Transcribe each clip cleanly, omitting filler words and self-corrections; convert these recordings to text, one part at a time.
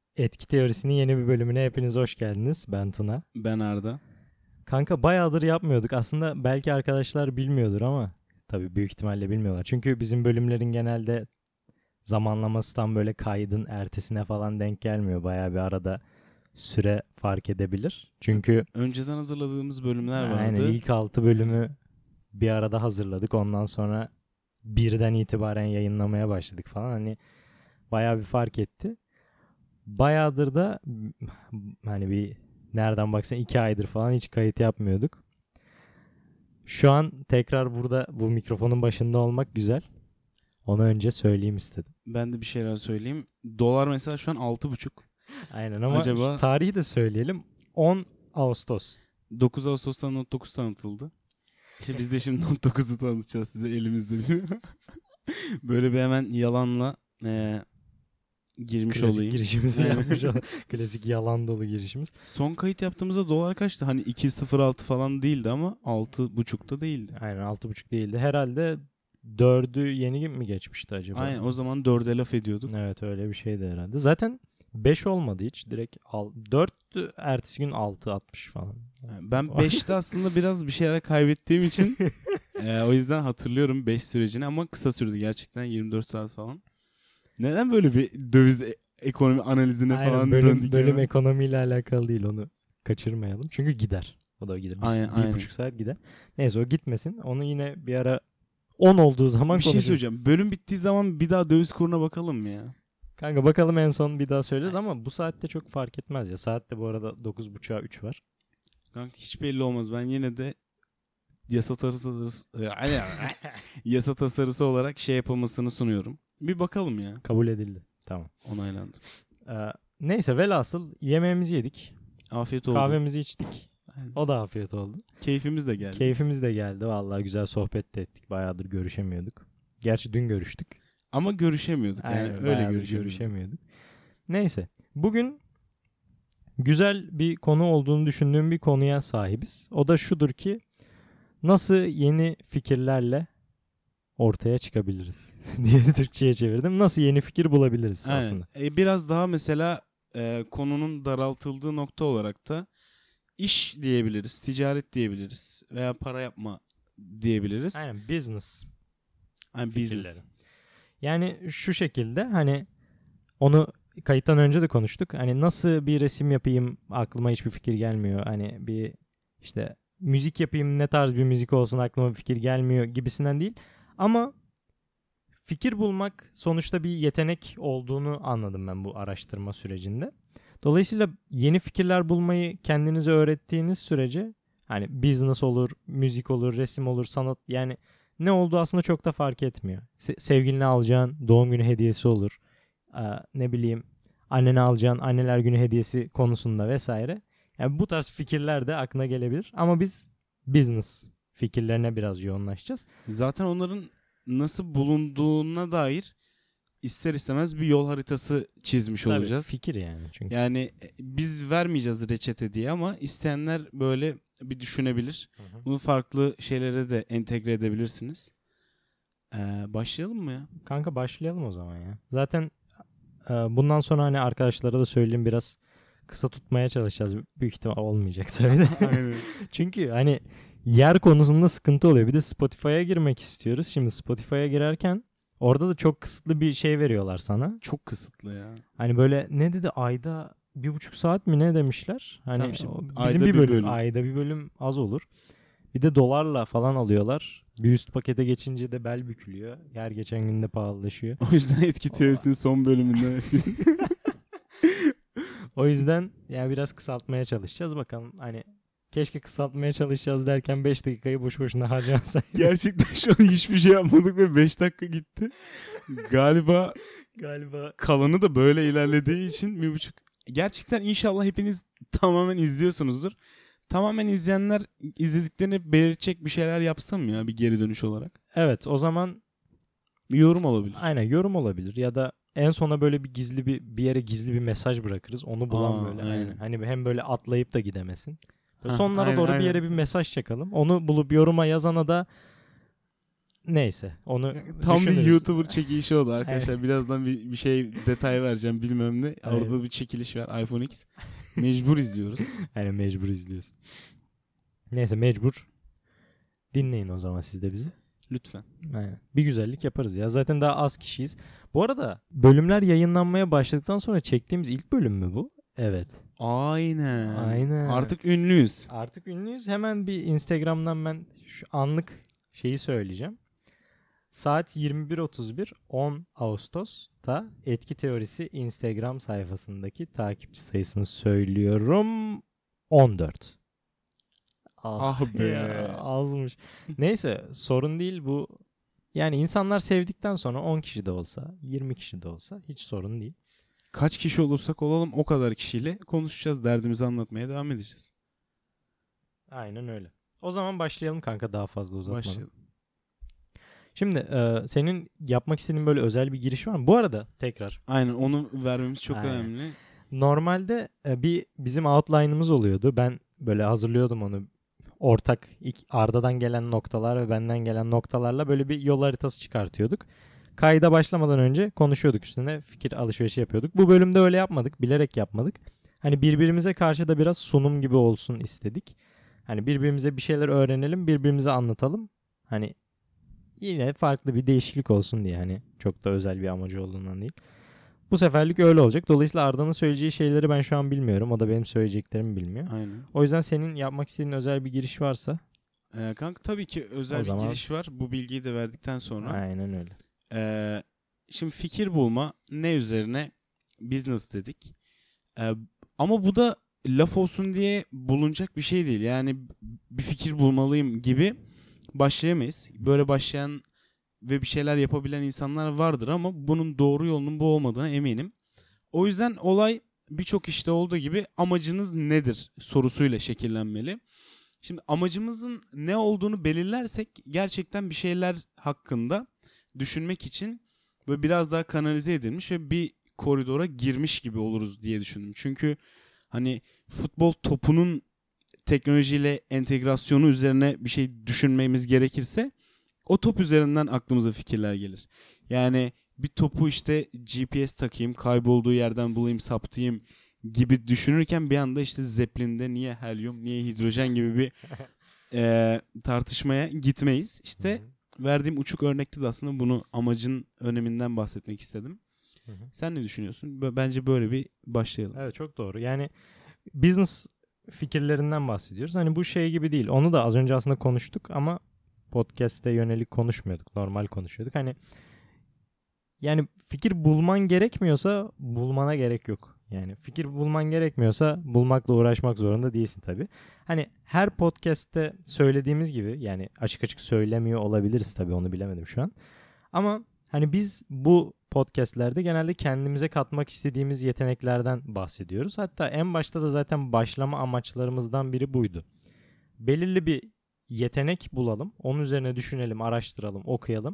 Etki Teorisi'nin yeni bir bölümüne hepiniz hoş geldiniz. Ben Tuna. Ben Arda. Kanka bayağıdır yapmıyorduk. Aslında belki arkadaşlar bilmiyordur ama tabii büyük ihtimalle bilmiyorlar. Çünkü bizim bölümlerin genelde zamanlaması tam böyle kaydın ertesine falan denk gelmiyor. Bayağı bir arada süre fark edebilir. Çünkü Önceden hazırladığımız bölümler aynen vardı. ilk 6 bölümü bir arada hazırladık. Ondan sonra birden itibaren yayınlamaya başladık falan. Hani bayağı bir fark etti. Bayağıdır da hani bir nereden baksan 2 aydır falan hiç kayıt yapmıyorduk. Şu an tekrar burada bu mikrofonun başında olmak güzel. Onu önce söyleyeyim istedim. Ben de bir şeyler söyleyeyim. Dolar mesela şu an 6,5. Aynen ama Acaba tarihi de söyleyelim. 10 Ağustos. 9 Ağustos'ta Note 9 tanıtıldı. İşte biz de şimdi Note 9'u tanıtacağız size elimizde bir. Böyle bir hemen yalanla girmiş Klasik olayım. girişimizi yapmış olalım. Klasik yalan dolu girişimiz. Son kayıt yaptığımızda dolar kaçtı? Hani 2,06 falan değildi ama 6,5'da değildi. Aynen 6,5 değildi. Herhalde 4'ü yeni mi geçmişti acaba? Aynen o zaman 4'e laf ediyorduk. Evet öyle bir şeydi herhalde. Zaten 5 olmadı hiç. Direkt 4'tü ertesi gün 6.60 falan. Ben 5'te aslında biraz bir şeyler kaybettiğim için o yüzden hatırlıyorum 5 sürecini ama kısa sürdü gerçekten 24 saat falan. Neden böyle bir döviz ekonomi analizine Aynen, falan bölüm döndük ya? ekonomiyle alakalı değil, onu kaçırmayalım. Çünkü gider. O da gider. Bir buçuk saat gider. Neyse o gitmesin. Onu yine bir ara 10 olduğu zaman Bir şey konuşuruz. söyleyeceğim. Bölüm bittiği zaman bir daha döviz kuruna bakalım mı ya? Kanka bakalım, en son bir daha söyleriz ama bu saatte çok fark etmez ya. Saatte bu arada 9.30'a 3 var. Kanka hiç belli olmaz. Ben yine de yasa tasarısı olarak şey yapılmasını sunuyorum. Bir bakalım ya. Kabul edildi. Tamam. Onaylandı. Neyse velhasıl yemeğimizi yedik. Afiyet oldu. Kahvemizi içtik. Aynen. O da afiyet oldu. Keyfimiz de geldi. Keyfimiz de geldi. Vallahi güzel sohbet de ettik. Bayağıdır görüşemiyorduk. Gerçi dün görüştük. Ama görüşemiyorduk yani. Aynen, Öyle görüşemiyorduk. Neyse. Bugün güzel bir konu olduğunu düşündüğüm bir konuya sahibiz. O da şudur ki nasıl yeni fikirlerle ortaya çıkabiliriz diye Türkçe'ye çevirdim. Nasıl yeni fikir bulabiliriz aslında. Biraz daha mesela konunun daraltıldığı nokta olarak da iş diyebiliriz, ticaret diyebiliriz veya para yapma diyebiliriz. Aynen, business. Yani business. Yani şu şekilde, hani onu kayıttan önce de konuştuk. Hani nasıl bir resim yapayım, aklıma hiçbir fikir gelmiyor. Hani bir işte müzik yapayım, ne tarz bir müzik olsun, aklıma bir fikir gelmiyor gibisinden değil. Ama fikir bulmak sonuçta bir yetenek olduğunu anladım ben bu araştırma sürecinde. Dolayısıyla yeni fikirler bulmayı kendinize öğrettiğiniz sürece, hani business olur, müzik olur, resim olur, sanat, yani ne olduğu aslında çok da fark etmiyor. Sevgiline alacağın doğum günü hediyesi olur. Ne bileyim, annene alacağın anneler günü hediyesi konusunda vesaire. Yani bu tarz fikirler de aklına gelebilir. Ama biz business fikirlerine biraz yoğunlaşacağız. Zaten onların nasıl bulunduğuna dair ister istemez bir yol haritası çizmiş Tabii, olacağız. fikir yani çünkü. Yani biz vermeyeceğiz reçete diye ama isteyenler böyle bir düşünebilir. Hı. Bunu farklı şeylere de entegre edebilirsiniz. Başlayalım mı ya? Kanka başlayalım o zaman ya. Zaten bundan sonra hani arkadaşlara da söyleyeyim, biraz kısa tutmaya çalışacağız. Büyük ihtimal olmayacak tabii de. Aynen. Çünkü hani yer konusunda sıkıntı oluyor. Bir de Spotify'a girmek istiyoruz. Şimdi Spotify'a girerken orada da çok kısıtlı bir şey veriyorlar sana. Çok kısıtlı ya. Hani böyle ne dedi, ayda 1,5 saat mi ne demişler? Hani Tamam işte, bizim ayda bir bir bölüm, bölüm. ayda bir bölüm az olur. Bir de dolarla falan alıyorlar. Bir üst pakete geçince de bel bükülüyor. Her geçen gün de pahalılaşıyor. O yüzden etki teorisinin son bölümünde. O yüzden yani biraz kısaltmaya çalışacağız. Bakalım, hani keşke kısaltmaya çalışacağız derken 5 dakikayı boş boşuna harcansaydı. Gerçekten şu an hiçbir şey yapmadık ve 5 dakika gitti. Galiba kalanı da böyle ilerlediği için 1,5. Gerçekten inşallah hepiniz tamamen izliyorsunuzdur. Tamamen izleyenler izlediklerini belirtecek bir şeyler yapsın mı ya, bir geri dönüş olarak? Evet, o zaman Bir yorum olabilir. aynen yorum olabilir ya da en sona böyle bir gizli bir yere gizli bir mesaj bırakırız. Onu bulan böyle. Aynen. Hani hem böyle atlayıp da gidemesin. Böyle Hah, sonlara aynen, doğru aynen. bir yere bir mesaj çakalım. Onu bulup yoruma yazana da neyse onu Tam bir düşünürüz. YouTuber çekilişi oldu arkadaşlar. Evet. Birazdan bir şey detay vereceğim bilmem ne. Evet. Orada bir çekiliş var iPhone X. Mecbur izliyoruz. Yani mecbur izliyorsun. Neyse mecbur. Dinleyin o zaman siz de bizi. Lütfen. Aynen. Bir güzellik yaparız ya. Zaten daha az kişiyiz. Bu arada bölümler yayınlanmaya başladıktan sonra çektiğimiz ilk bölüm mü bu? Evet. Aynen. Artık ünlüyüz. Artık ünlüyüz. Hemen bir Instagram'dan ben şu anlık şeyi söyleyeceğim. Saat 21.31 10 Ağustos'ta Etki Teorisi Instagram sayfasındaki takipçi sayısını söylüyorum. 14. Ah be. Ya, azmış. Neyse sorun değil bu. Yani insanlar sevdikten sonra 10 kişi de olsa 20 kişi de olsa hiç sorun değil. Kaç kişi olursak olalım o kadar kişiyle konuşacağız. Derdimizi anlatmaya devam edeceğiz. Aynen öyle. O zaman başlayalım kanka daha fazla uzatmadan. Başlayalım. Şimdi senin yapmak istediğin böyle özel bir giriş var mı? Bu arada tekrar. Aynen onu vermemiz çok Aynen. önemli. Normalde bizim outline'ımız oluyordu. Ben böyle hazırlıyordum onu. Ortak Arda'dan gelen noktalar ve benden gelen noktalarla böyle bir yol haritası çıkartıyorduk. Kayda başlamadan önce konuşuyorduk üstüne fikir alışverişi yapıyorduk. Bu bölümde öyle yapmadık. Bilerek yapmadık. Hani birbirimize karşı da biraz sunum gibi olsun istedik. Hani birbirimize bir şeyler öğrenelim, birbirimize anlatalım. Hani yine farklı bir değişiklik olsun diye hani çok da özel bir amacı olduğundan değil. Bu seferlik öyle olacak. Dolayısıyla Arda'nın söyleyeceği şeyleri ben şu an bilmiyorum. O da benim söyleyeceklerimi bilmiyor. Aynen. O yüzden senin yapmak istediğin özel bir giriş varsa. Kanka tabii ki özel bir giriş var. Bu bilgiyi de verdikten sonra. Aynen öyle. Şimdi fikir bulma ne üzerine? Business dedik. Ama bu da laf olsun diye bulunacak bir şey değil. Yani bir fikir bulmalıyım gibi başlayamayız. Böyle başlayan ve bir şeyler yapabilen insanlar vardır ama bunun doğru yolunun bu olmadığına eminim. O yüzden olay birçok işte olduğu gibi amacınız nedir sorusuyla şekillenmeli. Şimdi amacımızın ne olduğunu belirlersek gerçekten bir şeyler hakkında düşünmek için böyle biraz daha kanalize edilmiş ve bir koridora girmiş gibi oluruz diye düşündüm. Çünkü hani futbol topunun teknolojiyle entegrasyonu üzerine bir şey düşünmemiz gerekirse o top üzerinden aklımıza fikirler gelir. Yani bir topu işte GPS takayım, kaybolduğu yerden bulayım, saptayım gibi düşünürken bir anda işte Zeppelin'de niye helyum, niye hidrojen gibi bir tartışmaya gitmeyiz. İşte verdiğim uçuk örnekte de aslında bunu amacın öneminden bahsetmek istedim. Sen ne düşünüyorsun? Bence böyle bir başlayalım. Evet çok doğru. Yani business fikirlerinden bahsediyoruz. Hani bu şey gibi değil. Onu da az önce aslında konuştuk ama podcast'e yönelik konuşmuyorduk. Normal konuşuyorduk. Hani yani fikir bulman gerekmiyorsa bulmana gerek yok. Yani fikir bulman gerekmiyorsa bulmakla uğraşmak zorunda değilsin tabii. Hani her podcast'te söylediğimiz gibi yani açık açık söylemiyor olabiliriz tabii onu bilemedim şu an. Ama hani biz bu podcastlerde genelde kendimize katmak istediğimiz yeteneklerden bahsediyoruz. Hatta en başta da zaten başlama amaçlarımızdan biri buydu. Belirli bir yetenek bulalım, onun üzerine düşünelim, araştıralım, okuyalım.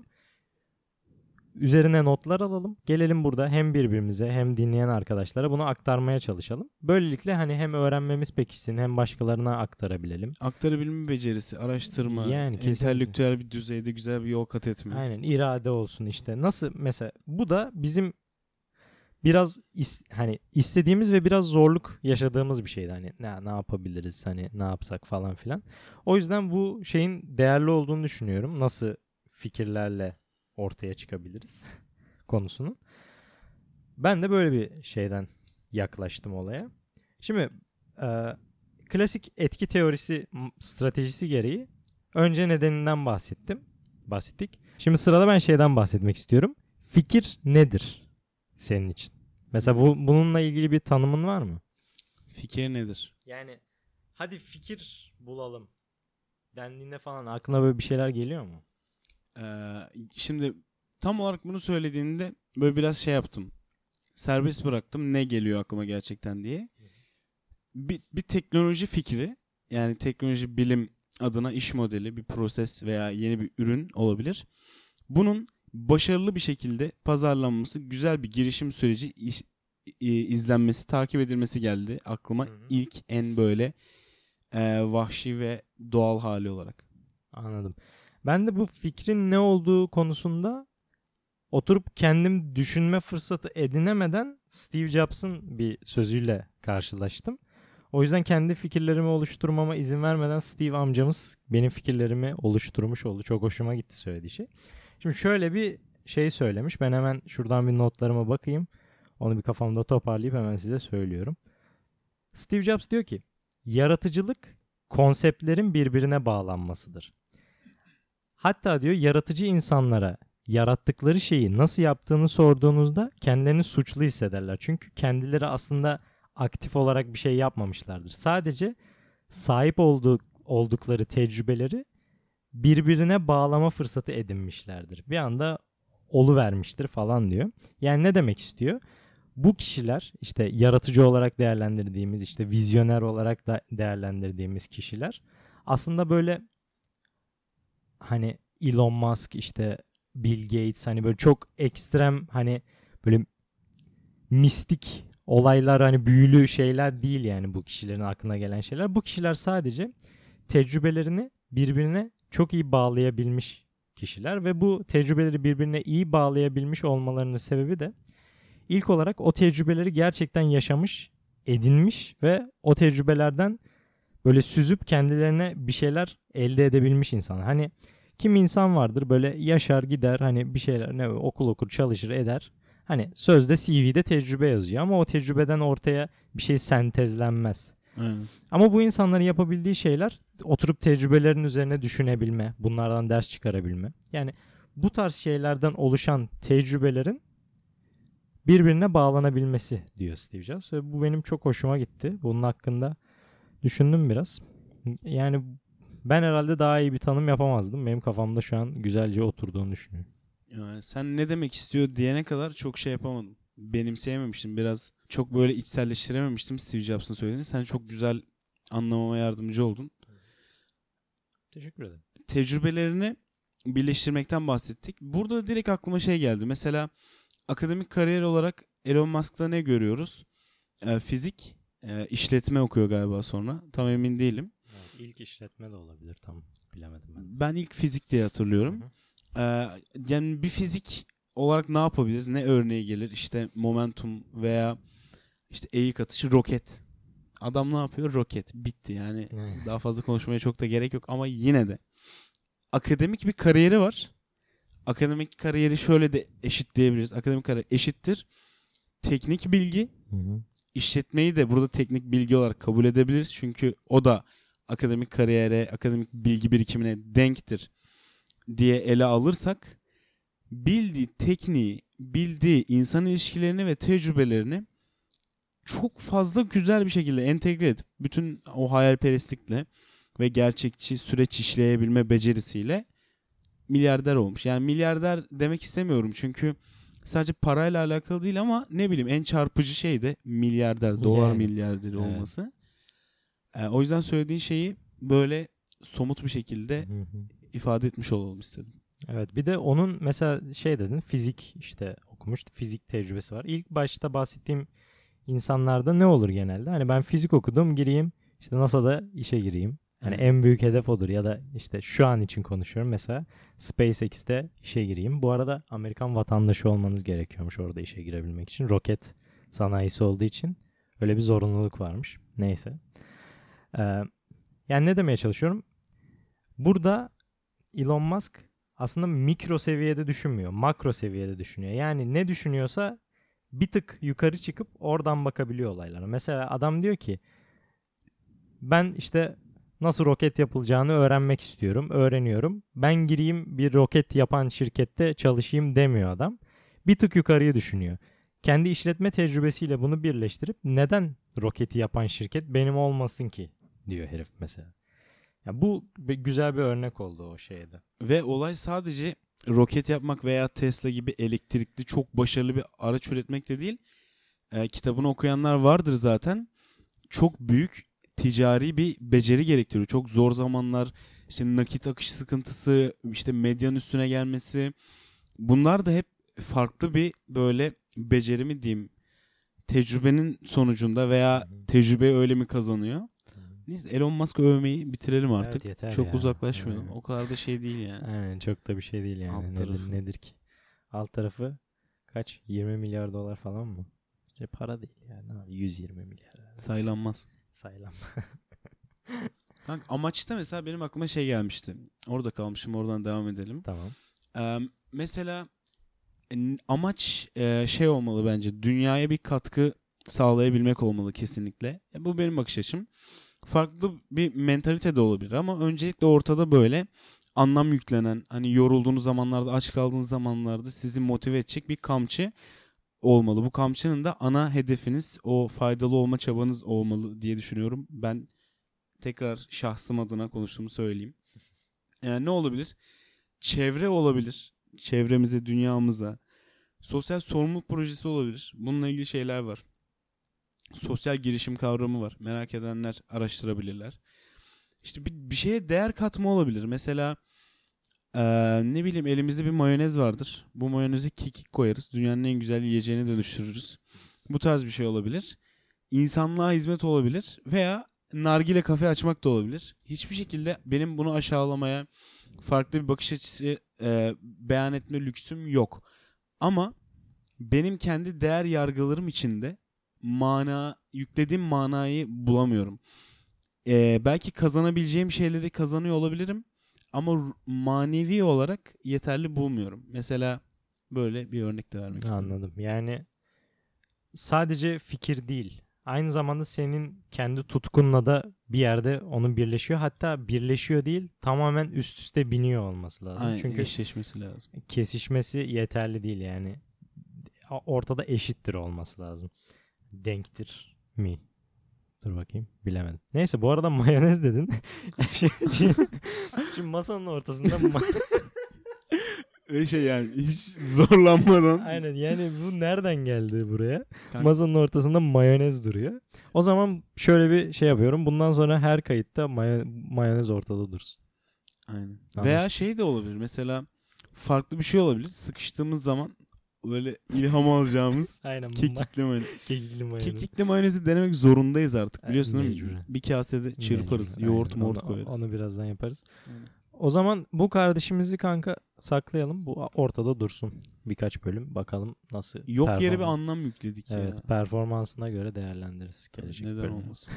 Üzerine notlar alalım. Gelelim burada hem birbirimize hem dinleyen arkadaşlara bunu aktarmaya çalışalım. Böylelikle hani hem öğrenmemiz pekişsin hem başkalarına aktarabilelim. Aktarabilme becerisi, araştırma, yani entelektüel bir düzeyde güzel bir yol kat etme. Aynen irade olsun işte. Nasıl mesela bu da bizim biraz hani istediğimiz ve biraz zorluk yaşadığımız bir şeydi. Hani ne yapabiliriz hani ne yapsak falan filan. O yüzden bu şeyin değerli olduğunu düşünüyorum. Nasıl fikirlerle ortaya çıkabiliriz konusunun. Ben de böyle bir şeyden yaklaştım olaya. Şimdi klasik etki teorisi stratejisi gereği önce nedeninden bahsettik. Şimdi sırada ben şeyden bahsetmek istiyorum. Fikir nedir senin için? Mesela bununla ilgili bir tanımın var mı? Fikir nedir? Yani hadi fikir bulalım dendiğinde falan aklına böyle bir şeyler geliyor mu? Şimdi tam olarak bunu söylediğinde böyle biraz şey yaptım. Serbest bıraktım ne geliyor aklıma gerçekten diye. Bir teknoloji fikri yani teknoloji bilim adına iş modeli, bir proses veya yeni bir ürün olabilir. Bunun başarılı bir şekilde pazarlanması, güzel bir girişim süreci izlenmesi, takip edilmesi geldi aklıma ilk en böyle vahşi ve doğal hali olarak. Anladım. Ben de bu fikrin ne olduğu konusunda oturup kendim düşünme fırsatı edinemeden Steve Jobs'ın bir sözüyle karşılaştım. O yüzden kendi fikirlerimi oluşturmama izin vermeden Steve amcamız benim fikirlerimi oluşturmuş oldu. Çok hoşuma gitti söylediği şey. Şimdi şöyle bir şey söylemiş. Ben hemen şuradan bir notlarıma bakayım. Onu bir kafamda toparlayıp hemen size söylüyorum. Steve Jobs diyor ki, yaratıcılık konseptlerin birbirine bağlanmasıdır. Hatta diyor yaratıcı insanlara yarattıkları şeyi nasıl yaptığını sorduğunuzda kendilerini suçlu hissederler. Çünkü kendileri aslında aktif olarak bir şey yapmamışlardır. Sadece sahip oldukları tecrübeleri birbirine bağlama fırsatı edinmişlerdir. Bir anda oluvermiştir falan diyor. Yani ne demek istiyor? Bu kişiler işte yaratıcı olarak değerlendirdiğimiz, işte vizyoner olarak da değerlendirdiğimiz kişiler aslında böyle hani Elon Musk, işte Bill Gates, hani böyle çok ekstrem, hani böyle mistik olaylar, hani büyülü şeyler değil yani bu kişilerin aklına gelen şeyler. Bu kişiler sadece tecrübelerini birbirine çok iyi bağlayabilmiş kişiler ve bu tecrübeleri birbirine iyi bağlayabilmiş olmalarının sebebi de ilk olarak o tecrübeleri gerçekten yaşamış, edinmiş ve o tecrübelerden böyle süzüp kendilerine bir şeyler elde edebilmiş insanlar. Hani kim insan vardır böyle yaşar gider, hani bir şeyler, ne okul okur, çalışır eder. Hani sözde CV'de tecrübe yazıyor ama o tecrübeden ortaya bir şey sentezlenmez. Aynen. Ama bu insanların yapabildiği şeyler oturup tecrübelerin üzerine düşünebilme, bunlardan ders çıkarabilme. Yani bu tarz şeylerden oluşan tecrübelerin birbirine bağlanabilmesi diyor Steve Jobs. Ve bu benim çok hoşuma gitti. Bunun hakkında düşündüm biraz. Yani ben herhalde daha iyi bir tanım yapamazdım. Benim kafamda şu an güzelce oturduğunu düşünüyorum. Yani sen ne demek istiyor diyene kadar çok şey yapamadım. Benimseyememiştim. Biraz çok böyle içselleştirememiştim Steve Jobs'ın söylediğini. Sen çok güzel anlamama yardımcı oldun. Teşekkür ederim. Tecrübelerini birleştirmekten bahsettik. Burada direkt aklıma şey geldi. Mesela akademik kariyer olarak Elon Musk'ta ne görüyoruz? Fizik, işletme okuyor galiba sonra. Tam emin değilim. Evet, ilk işletme de olabilir, tam bilemedim ben. Ben ilk fizik diye hatırlıyorum. Yani bir fizik olarak ne yapabiliriz? Ne örneği gelir? İşte momentum veya işte eğik atışı, roket. Adam ne yapıyor? Roket. Bitti yani. Daha fazla konuşmaya çok da gerek yok ama yine de akademik bir kariyeri var. Akademik kariyeri şöyle de eşitleyebiliriz. Akademik kariyer eşittir teknik bilgi. İşletmeyi de burada teknik bilgi olarak kabul edebiliriz. Çünkü o da akademik kariyere, akademik bilgi birikimine denktir diye ele alırsak, bildiği tekniği, bildiği insan ilişkilerini ve tecrübelerini çok fazla güzel bir şekilde entegre edip bütün o hayalperestlikle ve gerçekçi süreç işleyebilme becerisiyle milyarder olmuş. Yani milyarder demek istemiyorum çünkü sadece parayla alakalı değil ama ne bileyim en çarpıcı şey de milyarder, dolar Yani, milyarderi olması. O yüzden söylediğin şeyi böyle somut bir şekilde ifade etmiş olalım istedim. Evet, bir de onun mesela şey dedin, fizik işte okumuş, fizik tecrübesi var. İlk başta bahsettiğim insanlarda ne olur genelde? Hani ben fizik okudum, gireyim işte NASA'da işe gireyim. Hani en büyük hedef odur, ya da işte şu an için konuşuyorum mesela SpaceX'te işe gireyim. Bu arada Amerikan vatandaşı olmanız gerekiyormuş orada işe girebilmek için. Roket sanayisi olduğu için öyle bir zorunluluk varmış. Neyse. Yani ne demeye çalışıyorum? Burada Elon Musk aslında mikro seviyede düşünmüyor, makro seviyede düşünüyor. Yani ne düşünüyorsa bir tık yukarı çıkıp oradan bakabiliyor olaylara. Mesela adam diyor ki ben işte nasıl roket yapılacağını öğrenmek istiyorum, öğreniyorum. Ben gireyim bir roket yapan şirkette çalışayım demiyor adam. Bir tık yukarıyı düşünüyor. Kendi işletme tecrübesiyle bunu birleştirip neden roketi yapan şirket benim olmasın ki diyor herif mesela. Ya bu güzel bir örnek oldu o şeyde. Ve olay sadece roket yapmak veya Tesla gibi elektrikli çok başarılı bir araç üretmek de değil. Kitabını okuyanlar vardır zaten. Çok büyük ticari bir beceri gerektiriyor. Çok zor zamanlar, işte nakit akışı sıkıntısı, işte medyanın üstüne gelmesi. Bunlar da hep farklı bir böyle beceri mi diyeyim, tecrübenin sonucunda veya tecrübeyi öyle mi kazanıyor? Neyse, Elon Musk'ı övmeyi bitirelim artık. Evet, yeter çok ya. uzaklaşmayalım. O kadar da şey değil yani. Aynen, çok da bir şey değil yani. Alt tarafı. Nedir ki? Alt tarafı kaç? 20 milyar dolar falan mı? İşte para değil yani. 120 milyar. Saylanmaz. Sayılan. Kanka, amaçta mesela benim aklıma şey gelmişti. Orada kalmışım, oradan devam edelim. Tamam. Mesela amaç şey olmalı bence. Dünyaya bir katkı sağlayabilmek olmalı kesinlikle. Bu benim bakış açım. Farklı bir mentalite de olabilir ama öncelikle ortada böyle anlam yüklenen, hani yorulduğunuz zamanlarda, aç kaldığınız zamanlarda sizi motive edecek bir kamçı olmalı. Bu kamçının da ana hedefiniz o faydalı olma çabanız olmalı diye düşünüyorum. Ben tekrar şahsım adına konuştuğumu söyleyeyim. Yani ne olabilir? Çevre olabilir. Çevremize, dünyamıza. Sosyal sorumluluk projesi olabilir. Bununla ilgili şeyler var. Sosyal girişim kavramı var. Merak edenler araştırabilirler. İşte bir şeye değer katma olabilir. Mesela ne bileyim, elimizde bir mayonez vardır. Bu mayoneze kekik koyarız. Dünyanın en güzel yiyeceğine dönüştürürüz. Bu tarz bir şey olabilir. İnsanlığa hizmet olabilir. Veya nargile kafe açmak da olabilir. Hiçbir şekilde benim bunu aşağılamaya, farklı bir bakış açısı beyan etme lüksüm yok. Ama benim kendi değer yargılarım içinde yüklediğim manayı bulamıyorum. Belki kazanabileceğim şeyleri kazanıyor olabilirim ama manevi olarak yeterli bulmuyorum. Mesela böyle bir örnek de vermek istedim. Anladım. Yani sadece fikir değil. Aynı zamanda senin kendi tutkunla da bir yerde onun birleşiyor. Hatta birleşiyor değil, tamamen üst üste biniyor olması lazım. Aynen, çünkü eşleşmesi lazım. kesişmesi yeterli değil yani. Ortada eşittir olması lazım. Denktir mi? Dur bakayım. Bilemedim. Neyse, bu arada mayonez dedin. Şimdi masanın ortasında Ve şey, yani hiç zorlanmadan. aynen, yani bu nereden geldi buraya? Kanka. Masanın ortasında mayonez duruyor. O zaman şöyle bir şey yapıyorum. Bundan sonra her kayıtta mayonez ortada dursun. Aynen. Anlaştık. Veya şey de olabilir. Mesela farklı bir şey olabilir. Sıkıştığımız zaman böyle ilham alacağımız Aynen. kekikli mayonez. Kekikli mayonez. Kekikli mayonezi denemek zorundayız artık. Biliyorsun değil mi? Mecburen. Bir kasede çırparız. Mecburen. Yoğurt Aynen. moğurt koyarız. Onu birazdan yaparız. Aynen. O zaman bu kardeşimizi kanka saklayalım. Bu ortada dursun birkaç bölüm. Bakalım nasıl. Yok yere bir anlam yükledik ya. Evet, performansına göre değerlendiririz gelecek Neden bölümü. olmasın?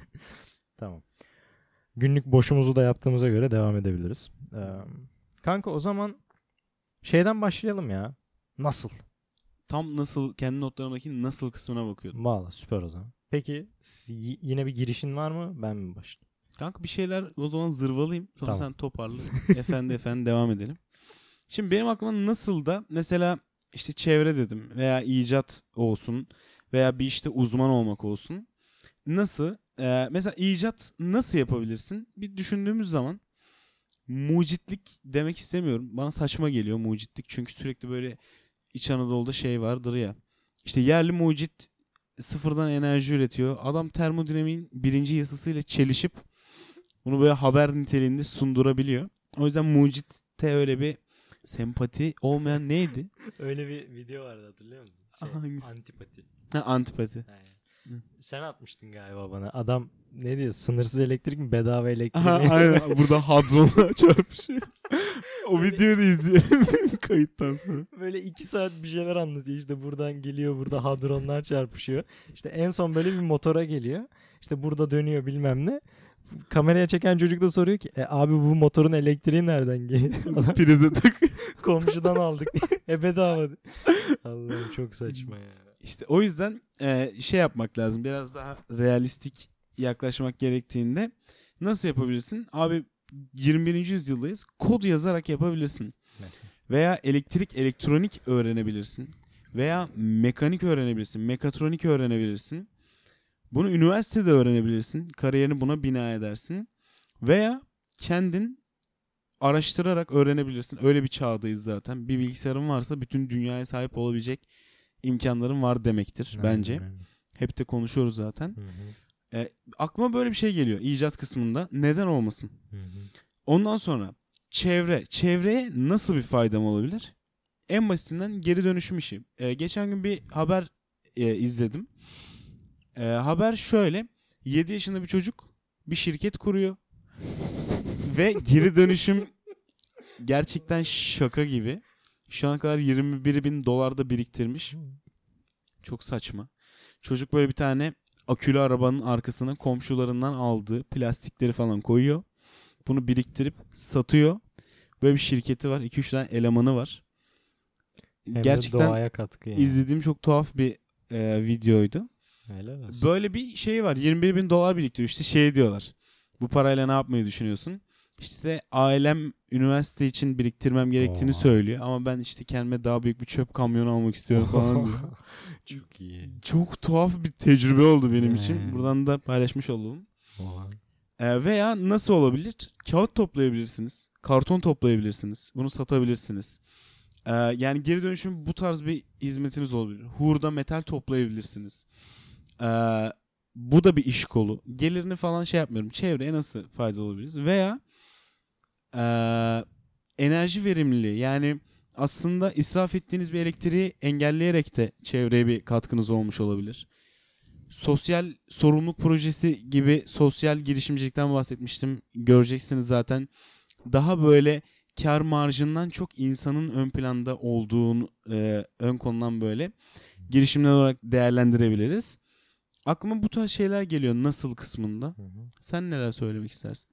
Tamam. Günlük boşumuzu da yaptığımıza göre devam edebiliriz. Kanka, o zaman şeyden başlayalım ya. Nasıl? Tam nasıl, kendi notlarımdaki nasıl kısmına bakıyordum. Valla süper o zaman. Peki yine bir girişin var mı? Ben mi başlayayım? Kanka bir şeyler o zaman zırvalayayım. Sonra Tamam. sen toparla. efendi devam edelim. Şimdi benim aklıma nasıl da mesela işte çevre dedim veya icat olsun veya bir işte uzman olmak olsun. Nasıl? Mesela icat nasıl yapabilirsin? Bir düşündüğümüz zaman mucitlik demek istemiyorum. Bana saçma geliyor mucitlik. Çünkü sürekli böyle İç Anadolu'da şey vardır ya. İşte yerli mucit sıfırdan enerji üretiyor. Adam termodinamiğin birinci yasasıyla çelişip bunu böyle haber niteliğinde sundurabiliyor. O yüzden mucitte öyle bir sempati olmayan neydi? Öyle bir video vardı, hatırlıyor musun? Antipati. Antipati. Sen atmıştın galiba bana. Adam ne diyor? Sınırsız elektrik mi? Bedava elektrik mi? Aynen. Burada hadronla çarpışıyor. O videoyu da izleyelim kayıttan sonra. Böyle 2 saat bir şeyler anlatıyor. İşte buradan geliyor, burada hadronlar çarpışıyor. İşte en son böyle bir motora geliyor. İşte burada dönüyor bilmem ne. Kameraya çeken çocuk da soruyor ki abi bu motorun elektriği nereden geliyor? Prize tak. Komşudan aldık. Bedava. Allah'ım, çok saçma ya. İşte o yüzden şey yapmak lazım. Biraz daha realistik yaklaşmak gerektiğinde nasıl yapabilirsin? Abi 21. yüzyıldayız. Kod yazarak yapabilirsin. Mesela. Veya elektronik öğrenebilirsin. Veya mekanik öğrenebilirsin. Mekatronik öğrenebilirsin. Bunu üniversitede öğrenebilirsin. Kariyerini buna bina edersin. Veya kendin araştırarak öğrenebilirsin. Öyle bir çağdayız zaten. Bir bilgisayarın varsa bütün dünyaya sahip olabilecek imkanların var demektir bence. Aynen. Hep de konuşuyoruz zaten. Aklıma böyle bir şey geliyor icat kısmında. Neden olmasın? Ondan sonra çevreye nasıl bir faydam olabilir? En basitinden geri dönüşüm işi. Geçen gün bir haber izledim. Haber şöyle. 7 yaşında bir çocuk bir şirket kuruyor. Ve geri dönüşüm gerçekten şaka gibi. Şu ana kadar 21 bin dolar da biriktirmiş. Çok saçma. Çocuk böyle bir tane akülü arabanın arkasına komşularından aldığı plastikleri falan koyuyor. Bunu biriktirip satıyor. Böyle bir şirketi var. 2-3 tane elemanı var. Hem gerçekten de doğaya katkı yani. izlediğim çok tuhaf bir videoydu. Helal olsun. Böyle bir şey var. 21 bin dolar biriktiriyor. İşte şey diyorlar. Bu parayla ne yapmayı düşünüyorsun? İşte ailem üniversite için biriktirmem gerektiğini söylüyor. Ama ben işte kendime daha büyük bir çöp kamyonu almak istiyorum falan diyor. Çok iyi. Çok tuhaf bir tecrübe oldu benim için. Buradan da paylaşmış olalım. Veya nasıl olabilir? Kağıt toplayabilirsiniz. Karton toplayabilirsiniz. Bunu satabilirsiniz. Yani geri dönüşüm bu tarz bir hizmetiniz olabilir. Hurda metal toplayabilirsiniz. Bu da bir iş kolu. Gelirini falan şey yapmıyorum. Çevreye nasıl faydalı olabiliriz? Veya enerji verimliliği. Yani aslında israf ettiğiniz bir elektriği engelleyerek de çevreye bir katkınız olmuş olabilir. Sosyal sorumluluk projesi gibi sosyal girişimcilikten bahsetmiştim. Göreceksiniz zaten. Daha böyle kar marjından çok insanın ön planda olduğunu ön konudan böyle girişimler olarak değerlendirebiliriz. Aklıma bu tarz şeyler geliyor nasıl kısmında. Sen neler söylemek istersin?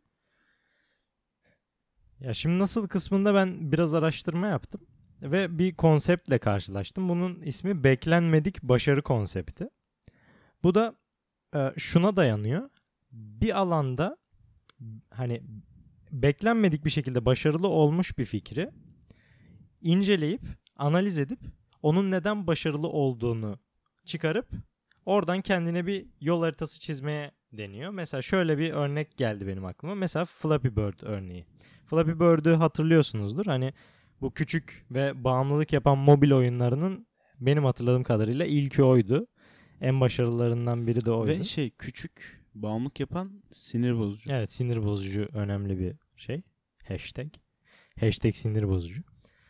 Ya şimdi nasıl kısmında ben biraz araştırma yaptım ve bir konseptle karşılaştım. Bunun ismi beklenmedik başarı konsepti. Bu da şuna dayanıyor. Bir alanda hani beklenmedik bir şekilde başarılı olmuş bir fikri inceleyip, analiz edip onun neden başarılı olduğunu çıkarıp oradan kendine bir yol haritası çizmeye deniyor. Mesela şöyle bir örnek geldi benim aklıma. Mesela Flappy Bird örneği. Flappy Bird'ü hatırlıyorsunuzdur. Hani bu küçük ve bağımlılık yapan mobil oyunlarının benim hatırladığım kadarıyla ilki oydu. En başarılılarından biri de oydu. Ve küçük bağımlılık yapan sinir bozucu. Evet, sinir bozucu önemli bir şey. Hashtag. Hashtag sinir bozucu.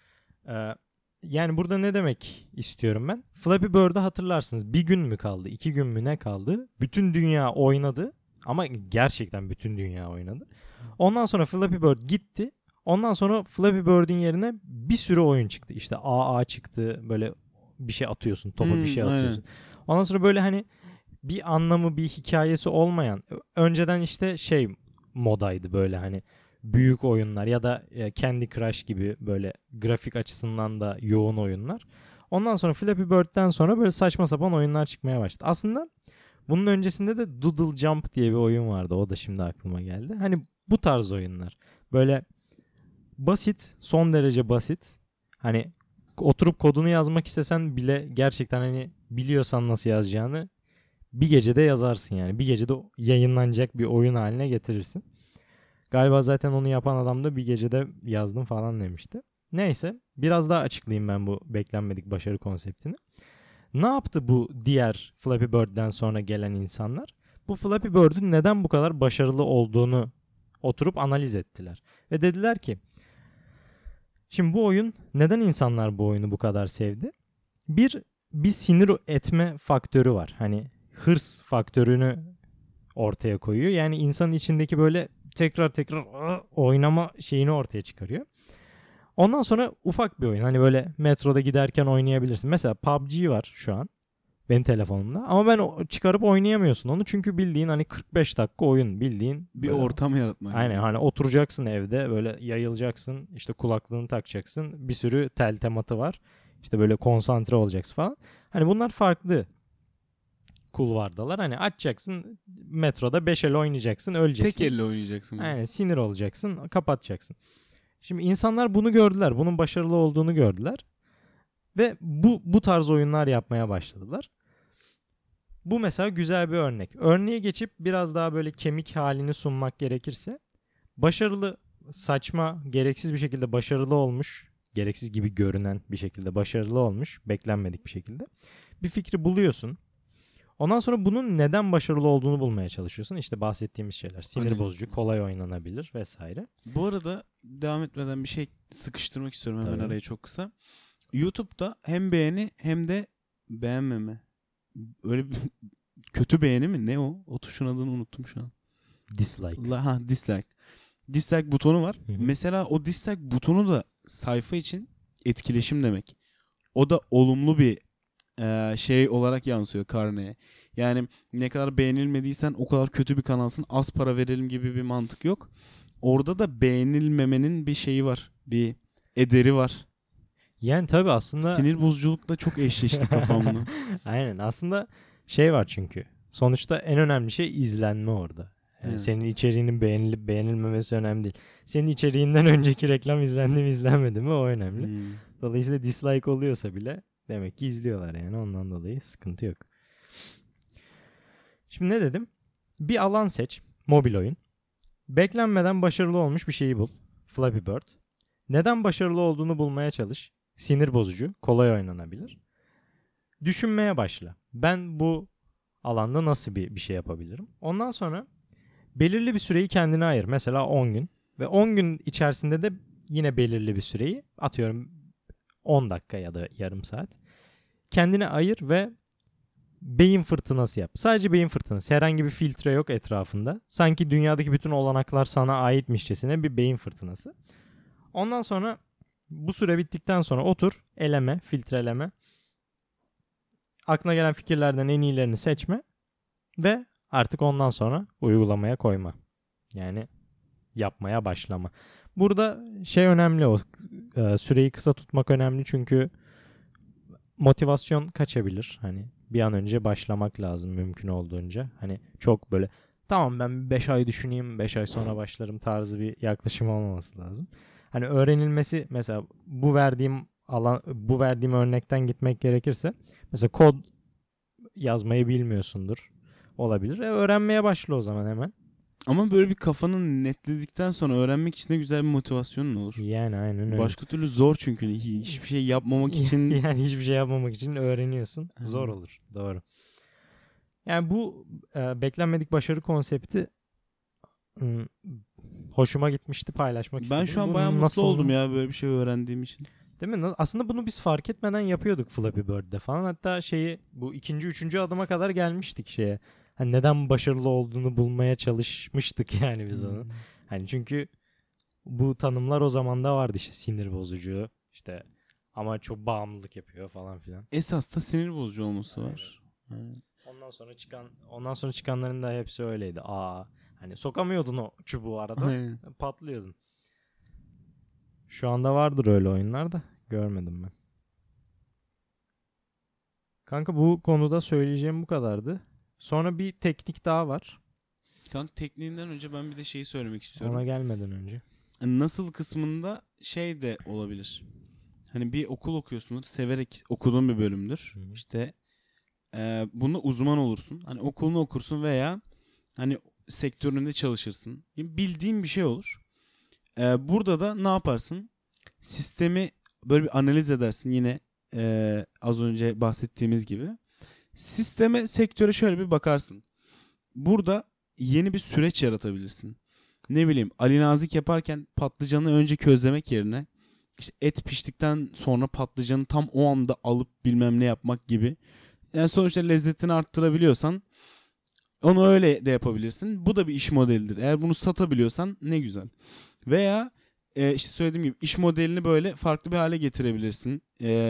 Yani burada ne demek istiyorum ben? Flappy Bird'ü hatırlarsınız. Bir gün mü kaldı? 2 gün mü ne kaldı? Bütün dünya oynadı. Ama gerçekten bütün dünya oynadı. Ondan sonra Flappy Bird gitti. Ondan sonra Flappy Bird'in yerine bir sürü oyun çıktı. İşte AA çıktı. Böyle bir şey atıyorsun. Topa bir şey atıyorsun. Aynen. Ondan sonra böyle hani bir anlamı, bir hikayesi olmayan. Önceden işte modaydı böyle hani büyük oyunlar ya da Candy Crush gibi böyle grafik açısından da yoğun oyunlar. Ondan sonra Flappy Bird'den sonra böyle saçma sapan oyunlar çıkmaya başladı. Aslında bunun öncesinde de Doodle Jump diye bir oyun vardı. O da şimdi aklıma geldi. Hani bu tarz oyunlar. Böyle basit, son derece basit. Hani oturup kodunu yazmak istesen bile gerçekten hani biliyorsan nasıl yazacağını bir gecede yazarsın yani. Bir gecede yayınlanacak bir oyun haline getirirsin. Galiba zaten onu yapan adam da bir gecede yazdım falan demişti. Neyse biraz daha açıklayayım ben bu beklenmedik başarı konseptini. Ne yaptı bu diğer Flappy Bird'den sonra gelen insanlar? Bu Flappy Bird'ün neden bu kadar başarılı olduğunu oturup analiz ettiler. Ve dediler ki şimdi bu oyun neden insanlar bu oyunu bu kadar sevdi? Bir sinir etme faktörü var. Hani hırs faktörünü ortaya koyuyor. Yani insanın içindeki böyle tekrar oynama şeyini ortaya çıkarıyor. Ondan sonra ufak bir oyun. Hani böyle metroda giderken oynayabilirsin. Mesela PUBG var şu an benim telefonumda. Ama ben çıkarıp oynayamıyorsun onu. Çünkü bildiğin hani 45 dakika oyun. Bildiğin bir ortam yaratmak. Aynen yani. Hani oturacaksın evde böyle yayılacaksın. İşte kulaklığını takacaksın. Bir sürü tel tematı var. İşte böyle konsantre olacaksın falan. Hani bunlar farklı kulvardalar. Hani açacaksın metroda 5 el oynayacaksın, öleceksin. Tek elle oynayacaksın. Aynen, sinir olacaksın, kapatacaksın. Şimdi insanlar bunu gördüler. Bunun başarılı olduğunu gördüler. Ve bu tarz oyunlar yapmaya başladılar. Bu mesela güzel bir örnek. Örneğe geçip biraz daha böyle kemik halini sunmak gerekirse başarılı, saçma, gereksiz bir şekilde başarılı olmuş, gereksiz gibi görünen bir şekilde başarılı olmuş, beklenmedik bir şekilde bir fikri buluyorsun. Ondan sonra bunun neden başarılı olduğunu bulmaya çalışıyorsun. İşte bahsettiğimiz şeyler. Sinir bozucu, kolay oynanabilir vesaire. Bu arada devam etmeden bir şey sıkıştırmak istiyorum hemen araya çok kısa. YouTube'da hem beğeni hem de beğenmeme. Öyle bir kötü beğeni mi? Ne o? O tuşun adını unuttum şu an. Dislike. Dislike. Dislike butonu var. Hı hı. Mesela o dislike butonu da sayfa için etkileşim demek. O da olumlu bir şey olarak yansıyor karneye. Yani ne kadar beğenilmediysen o kadar kötü bir kanalsın, az para verelim gibi bir mantık yok. Orada da beğenilmemenin bir şeyi var. Bir ederi var. Yani tabii aslında Sinir bozuculukla çok eşleşti kafamda. aynen, aslında şey var çünkü. Sonuçta en önemli şey izlenme orada. Yani Evet. senin içeriğinin beğenilip beğenilmemesi önemli değil. Senin içeriğinden önceki reklam izlendi mi izlenmedi mi o önemli. Hmm. Dolayısıyla dislike oluyorsa bile demek ki izliyorlar, yani ondan dolayı sıkıntı yok. Şimdi ne dedim? Bir alan seç. Mobil oyun. Beklenmeden başarılı olmuş bir şeyi bul. Flappy Bird. Neden başarılı olduğunu bulmaya çalış. Sinir bozucu, kolay oynanabilir. Düşünmeye başla. Ben bu alanda nasıl bir şey yapabilirim? Ondan sonra belirli bir süreyi kendine ayır. Mesela 10 gün. Ve 10 gün içerisinde de yine belirli bir süreyi, atıyorum 10 dakika ya da yarım saat, kendine ayır ve beyin fırtınası yap. Sadece beyin fırtınası. Herhangi bir filtre yok etrafında. Sanki dünyadaki bütün olanaklar sana aitmişçesine bir beyin fırtınası. Ondan sonra bu süre bittikten sonra otur, eleme, filtreleme. Aklına gelen fikirlerden en iyilerini seçme ve artık ondan sonra uygulamaya koyma. Yani yapmaya başlama. Burada şey önemli, o süreyi kısa tutmak önemli çünkü motivasyon kaçabilir. Hani bir an önce başlamak lazım mümkün olduğunca. Hani çok böyle tamam ben 5 ay düşüneyim, 5 ay sonra başlarım tarzı bir yaklaşım olmaması lazım. Hani öğrenilmesi, mesela bu verdiğim örnekten gitmek gerekirse, mesela kod yazmayı bilmiyorsundur. Olabilir. Öğrenmeye başla o zaman hemen. Ama böyle bir kafanı netledikten sonra öğrenmek için de güzel bir motivasyonun olur. Yani aynen öyle. Başka türlü zor çünkü hiçbir şey yapmamak için. Yani hiçbir şey yapmamak için öğreniyorsun. Zor Aynen. olur. Doğru. Yani bu beklenmedik başarı konsepti hoşuma gitmişti, paylaşmak istedim. Ben şu an Bu bayağı mutlu nasıl, oldum ya böyle bir şey öğrendiğim için. değil mi? Aslında bunu biz fark etmeden yapıyorduk Flappy Bird'de falan. Hatta bu ikinci, üçüncü adıma kadar gelmiştik şeye. Hani neden başarılı olduğunu bulmaya çalışmıştık yani biz onu. Hani çünkü bu tanımlar o zaman da vardı, işte sinir bozucu, işte ama çok bağımlılık yapıyor falan filan. Esas da sinir bozucu olması var. Aynen. Ondan sonra çıkanların da hepsi öyleydi. Hani sokamıyordun o çubuğu arada. Aynen. Patlıyordun. Şu anda vardır öyle oyunlar da görmedim ben. Kanka bu konuda söyleyeceğim bu kadardı. Sonra bir teknik daha var. Kanka tekniğinden önce ben bir de şeyi söylemek istiyorum. Ona gelmeden önce. Nasıl kısmında şey de olabilir. Hani bir okul okuyorsundur, severek okuduğun bir bölümdür. Hı-hı. İşte bunda uzman olursun. Hani okulunu okursun veya hani sektöründe çalışırsın. Bildiğin bir şey olur. Burada da ne yaparsın? Sistemi böyle bir analiz edersin yine az önce bahsettiğimiz gibi. Sisteme, sektöre şöyle bir bakarsın. Burada yeni bir süreç yaratabilirsin. Ne bileyim, Ali Nazik yaparken patlıcanı önce közlemek yerine işte et piştikten sonra patlıcanı tam o anda alıp bilmem ne yapmak gibi. Yani sonuçta lezzetini arttırabiliyorsan onu öyle de yapabilirsin. Bu da bir iş modelidir. Eğer bunu satabiliyorsan ne güzel. Veya işte söylediğim gibi iş modelini böyle farklı bir hale getirebilirsin.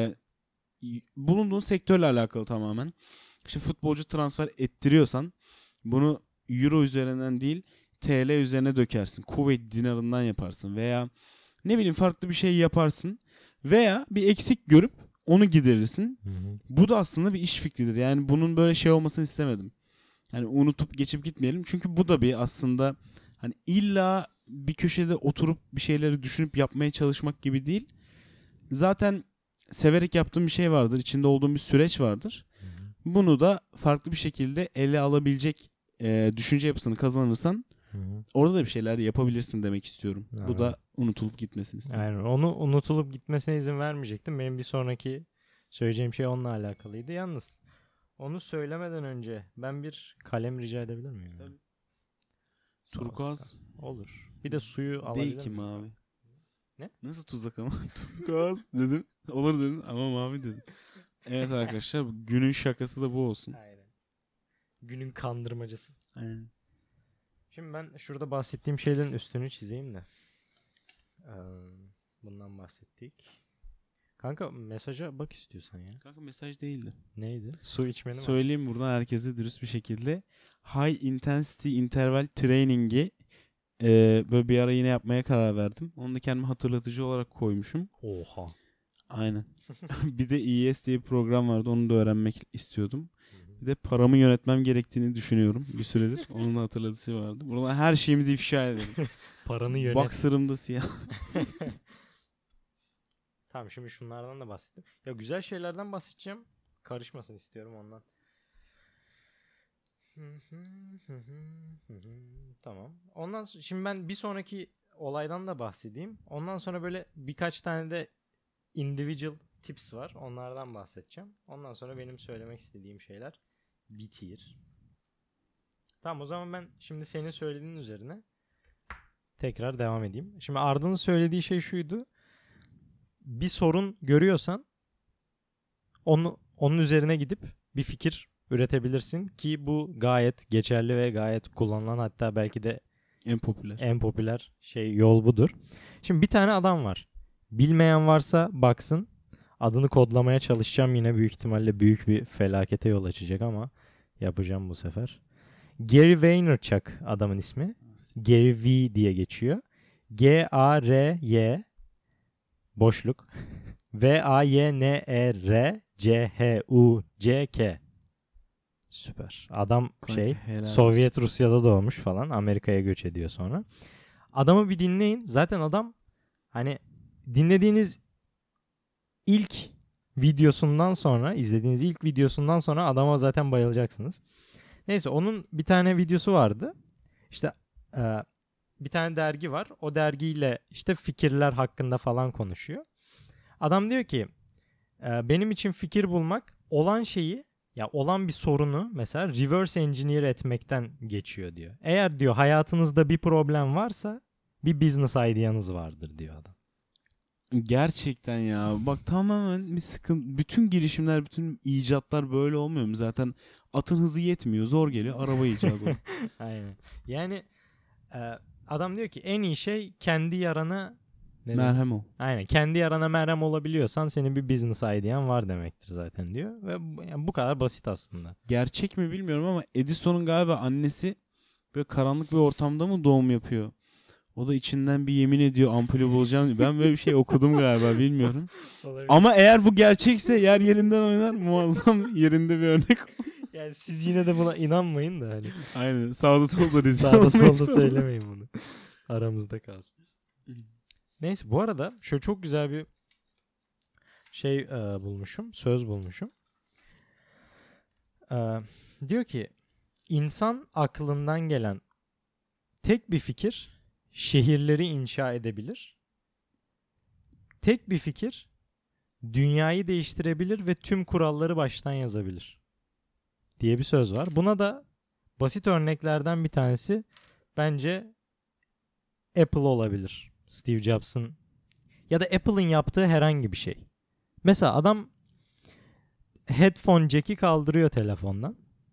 Bulunduğun sektörle alakalı tamamen. İşte futbolcu transfer ettiriyorsan bunu euro üzerinden değil TL üzerine dökersin. Kuveyt dinarından yaparsın veya ne bileyim farklı bir şey yaparsın. Veya bir eksik görüp onu giderirsin. Hı-hı. Bu da aslında bir iş fikridir. Yani bunun böyle şey olmasını istemedim. Yani unutup geçip gitmeyelim. Çünkü bu da bir aslında hani illa bir köşede oturup bir şeyleri düşünüp yapmaya çalışmak gibi değil. Zaten severek yaptığın bir şey vardır. İçinde olduğun bir süreç vardır. Hı-hı. Bunu da farklı bir şekilde ele alabilecek düşünce yapısını kazanırsan Hı-hı. orada da bir şeyler yapabilirsin demek istiyorum. Aynen. Bu da unutulup gitmesin istedim. Aynen. Onu unutulup gitmesine izin vermeyecektim. Benim bir sonraki söyleyeceğim şey onunla alakalıydı. Yalnız onu söylemeden önce ben bir kalem rica edebilir miyim? Tabii. Sağ Turkuaz olasın. Olur. Bir de suyu alabilir değil ki miyim? mavi. Ne? Nasıl tuzak ama? Turkuaz dedim. Olur dedin ama mavi dedim. Evet arkadaşlar, günün şakası da bu olsun. Aynen. Günün kandırmacası. Aynen. Şimdi ben şurada bahsettiğim şeylerin üstünü çizeyim de. Bundan bahsettik. Kanka mesaja bak istiyorsan ya. Kanka mesaj değildi. Neydi? Su içmeni mi? Söyleyeyim buradan herkese dürüst bir şekilde. High Intensity Interval Training'i böyle bir ara yine yapmaya karar verdim. Onu da kendime hatırlatıcı olarak koymuşum. Oha. Aynen. Bir de EES diye bir program vardı. Onu da öğrenmek istiyordum. Bir de paramı yönetmem gerektiğini düşünüyorum bir süredir. Onun da hatırlatıcısı vardı. Buradan her şeyimizi ifşa edelim. Paranı yönet. Boxer'ımda siyah. Tamam, şimdi şunlardan da bahsettim. Ya güzel şeylerden bahsedeceğim. Karışmasın istiyorum ondan. Tamam. Ondan sonra, şimdi ben bir sonraki olaydan da bahsedeyim. Ondan sonra böyle birkaç tane de individual tips var. Onlardan bahsedeceğim. Ondan sonra benim söylemek istediğim şeyler bitir. Tamam, o zaman ben şimdi senin söylediğin üzerine tekrar devam edeyim. Şimdi Arda'nın söylediği şey şuydu. Bir sorun görüyorsan onun üzerine gidip bir fikir üretebilirsin ki bu gayet geçerli ve gayet kullanılan, hatta belki de en popüler yol budur. Şimdi bir tane adam var. Bilmeyen varsa baksın. Adını kodlamaya çalışacağım, yine büyük ihtimalle büyük bir felakete yol açacak ama yapacağım bu sefer. Gary Vaynerchuk adamın ismi. Gary V diye geçiyor. G-A-R-Y boşluk V-A-Y-N-E-R-C-H-U-C-K. Süper. Adam Sovyet Rusya'da doğmuş falan. Amerika'ya göç ediyor sonra. Adamı bir dinleyin. Zaten adam hani dinlediğiniz ilk videosundan sonra, izlediğiniz ilk videosundan sonra adama zaten bayılacaksınız. Neyse, onun bir tane videosu vardı. İşte bir tane dergi var. O dergiyle işte fikirler hakkında falan konuşuyor. Adam diyor ki benim için fikir bulmak olan şeyi, ya olan bir sorunu mesela reverse engineer etmekten geçiyor diyor. Eğer diyor hayatınızda bir problem varsa bir business ideanız vardır diyor adam. Gerçekten ya. Bak tamamen bir sıkıntı. Bütün girişimler, bütün icatlar böyle olmuyor mu? Zaten atın hızı yetmiyor. Zor geliyor. Araba icadı. Aynen. Yani adam diyor ki en iyi şey kendi yarana merhem ol. Aynen. Kendi yarana merhem olabiliyorsan senin bir business idean var demektir zaten diyor. Ve yani bu kadar basit aslında. Gerçek mi bilmiyorum ama Edison'un galiba annesi böyle karanlık bir ortamda mı doğum yapıyor? O da içinden bir yemin ediyor ampulü bulacağım diye. Ben böyle bir şey okudum galiba, bilmiyorum. Olabilir. Ama eğer bu gerçekse yer yerinden oynar, muazzam yerinde bir örnek. Yani siz yine de buna inanmayın da hani. Aynen. Sağda solda rezil Sağda solda söylemeyin bunu. Aramızda kalsın. Neyse, bu arada şöyle çok güzel bir bulmuşum. Söz bulmuşum. Diyor ki insan aklından gelen tek bir fikir şehirleri inşa edebilir. Tek bir fikir dünyayı değiştirebilir ve tüm kuralları baştan yazabilir diye bir söz var. Buna da basit örneklerden bir tanesi bence Apple olabilir. Steve Jobs'ın ya da Apple'ın yaptığı herhangi bir şey. Mesela adam headphone jack'i kaldırıyor telefondan.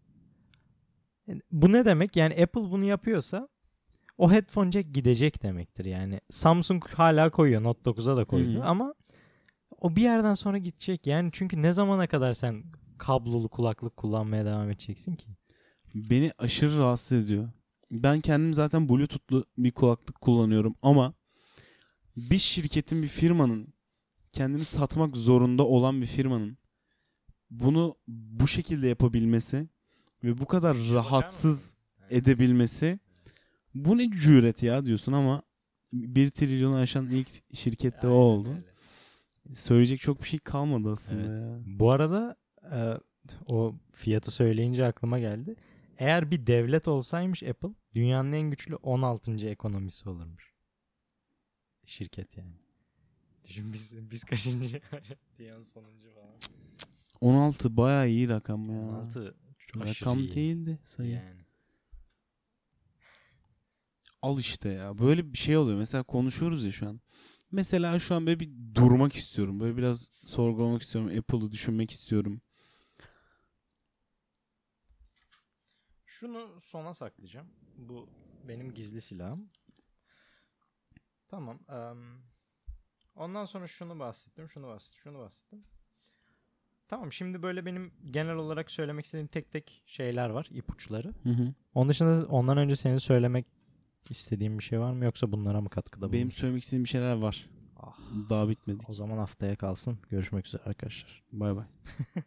Bu ne demek? Yani Apple bunu yapıyorsa o headphone jack gidecek demektir. Yani Samsung hala koyuyor. Note 9'a da koydu. Ama o bir yerden sonra gidecek. Yani çünkü ne zamana kadar sen kablolu kulaklık kullanmaya devam edeceksin ki? Beni aşırı rahatsız ediyor. Ben kendim zaten Bluetooth'lu bir kulaklık kullanıyorum ama bir şirketin, bir firmanın, kendini satmak zorunda olan bir firmanın bunu bu şekilde yapabilmesi ve bu kadar rahatsız edebilmesi, bu ne cüret ya diyorsun ama 1 trilyonu aşan ilk şirkette o oldu. Öyle. Söyleyecek çok bir şey kalmadı aslında. Evet. Ya. Bu arada o fiyatı söyleyince aklıma geldi. Eğer bir devlet olsaymış Apple, dünyanın en güçlü 16. ekonomisi olurmuş. Şirket yani. Düşün biz kaçıncı? Dünyanın sonuncu falan. 16 bayağı iyi rakam ya. 16 rakam iyi. Değildi sayı. Yani. Al işte ya. Böyle bir şey oluyor. Mesela konuşuyoruz ya şu an. Mesela şu an böyle bir durmak istiyorum. Böyle biraz sorgulamak istiyorum. Apple'ı düşünmek istiyorum. Şunu sona saklayacağım. Bu benim gizli silahım. Tamam. Ondan sonra şunu bahsettim. Tamam, şimdi böyle benim genel olarak söylemek istediğim tek tek şeyler var, ipuçları. Onun dışında ondan önce senin söylemek istediğin bir şey var mı, yoksa bunlara mı katkıda bulunur? Benim söylemek istediğim bir şeyler var. Daha bitmedik. O zaman haftaya kalsın. Görüşmek üzere arkadaşlar. Bay bay.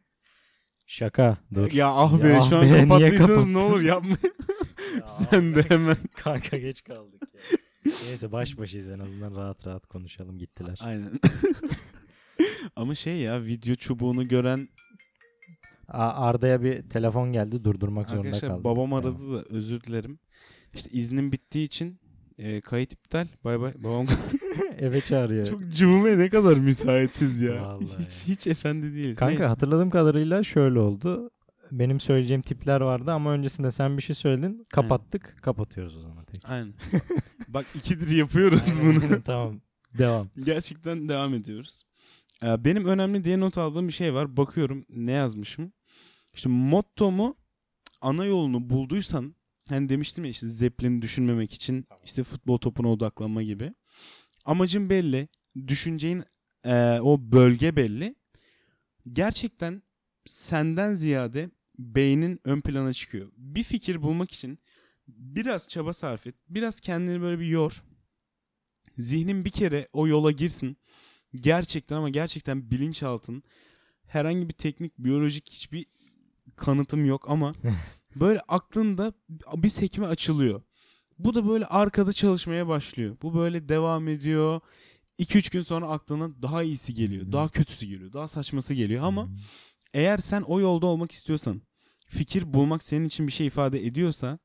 Şaka. Dur. Ya şu an niye kapattıysanız ne olur yapmayın. Sen de hemen. Kanka geç kaldık ya. Neyse, baş başayız, en azından rahat rahat konuşalım, gittiler. Aynen. Ama video çubuğunu gören Arda'ya bir telefon geldi, durdurmak zorunda kaldım. arkadaşlar, babam aradı da özür dilerim. İşte iznim bittiği için kayıt iptal. Bay bay. Babam eve çağırıyor. çok cıvımaya ne kadar müsaitiz ya. Vallahi Hiç efendi değiliz. Kanka Neyse. hatırladığım kadarıyla şöyle oldu. Benim söyleyeceğim tipler vardı ama öncesinde sen bir şey söyledin. Kapattık. Kapatıyoruz o zaman. Aynen. Bak 2'dir yapıyoruz bunu. Tamam. Devam. Gerçekten devam ediyoruz. Benim önemli diye not aldığım bir şey var. Bakıyorum ne yazmışım. İşte mottomu, ana yolunu bulduysan, hani demiştim ya işte Zeppelin'i düşünmemek için işte futbol topuna odaklanma gibi. Amacın belli. Düşüneceğin o bölge belli. Gerçekten senden ziyade beynin ön plana çıkıyor. Bir fikir bulmak için biraz çaba sarf et. Biraz kendini böyle bir yor. Zihnin bir kere o yola girsin. Gerçekten ama gerçekten bilinçaltın, herhangi bir teknik, biyolojik hiçbir kanıtım yok ama böyle aklında bir sekme açılıyor. Bu da böyle arkada çalışmaya başlıyor. Bu böyle devam ediyor. 2-3 gün sonra aklına daha iyisi geliyor. Daha kötüsü geliyor. Daha saçması geliyor ama eğer sen o yolda olmak istiyorsan, fikir bulmak senin için bir şey ifade ediyorsa,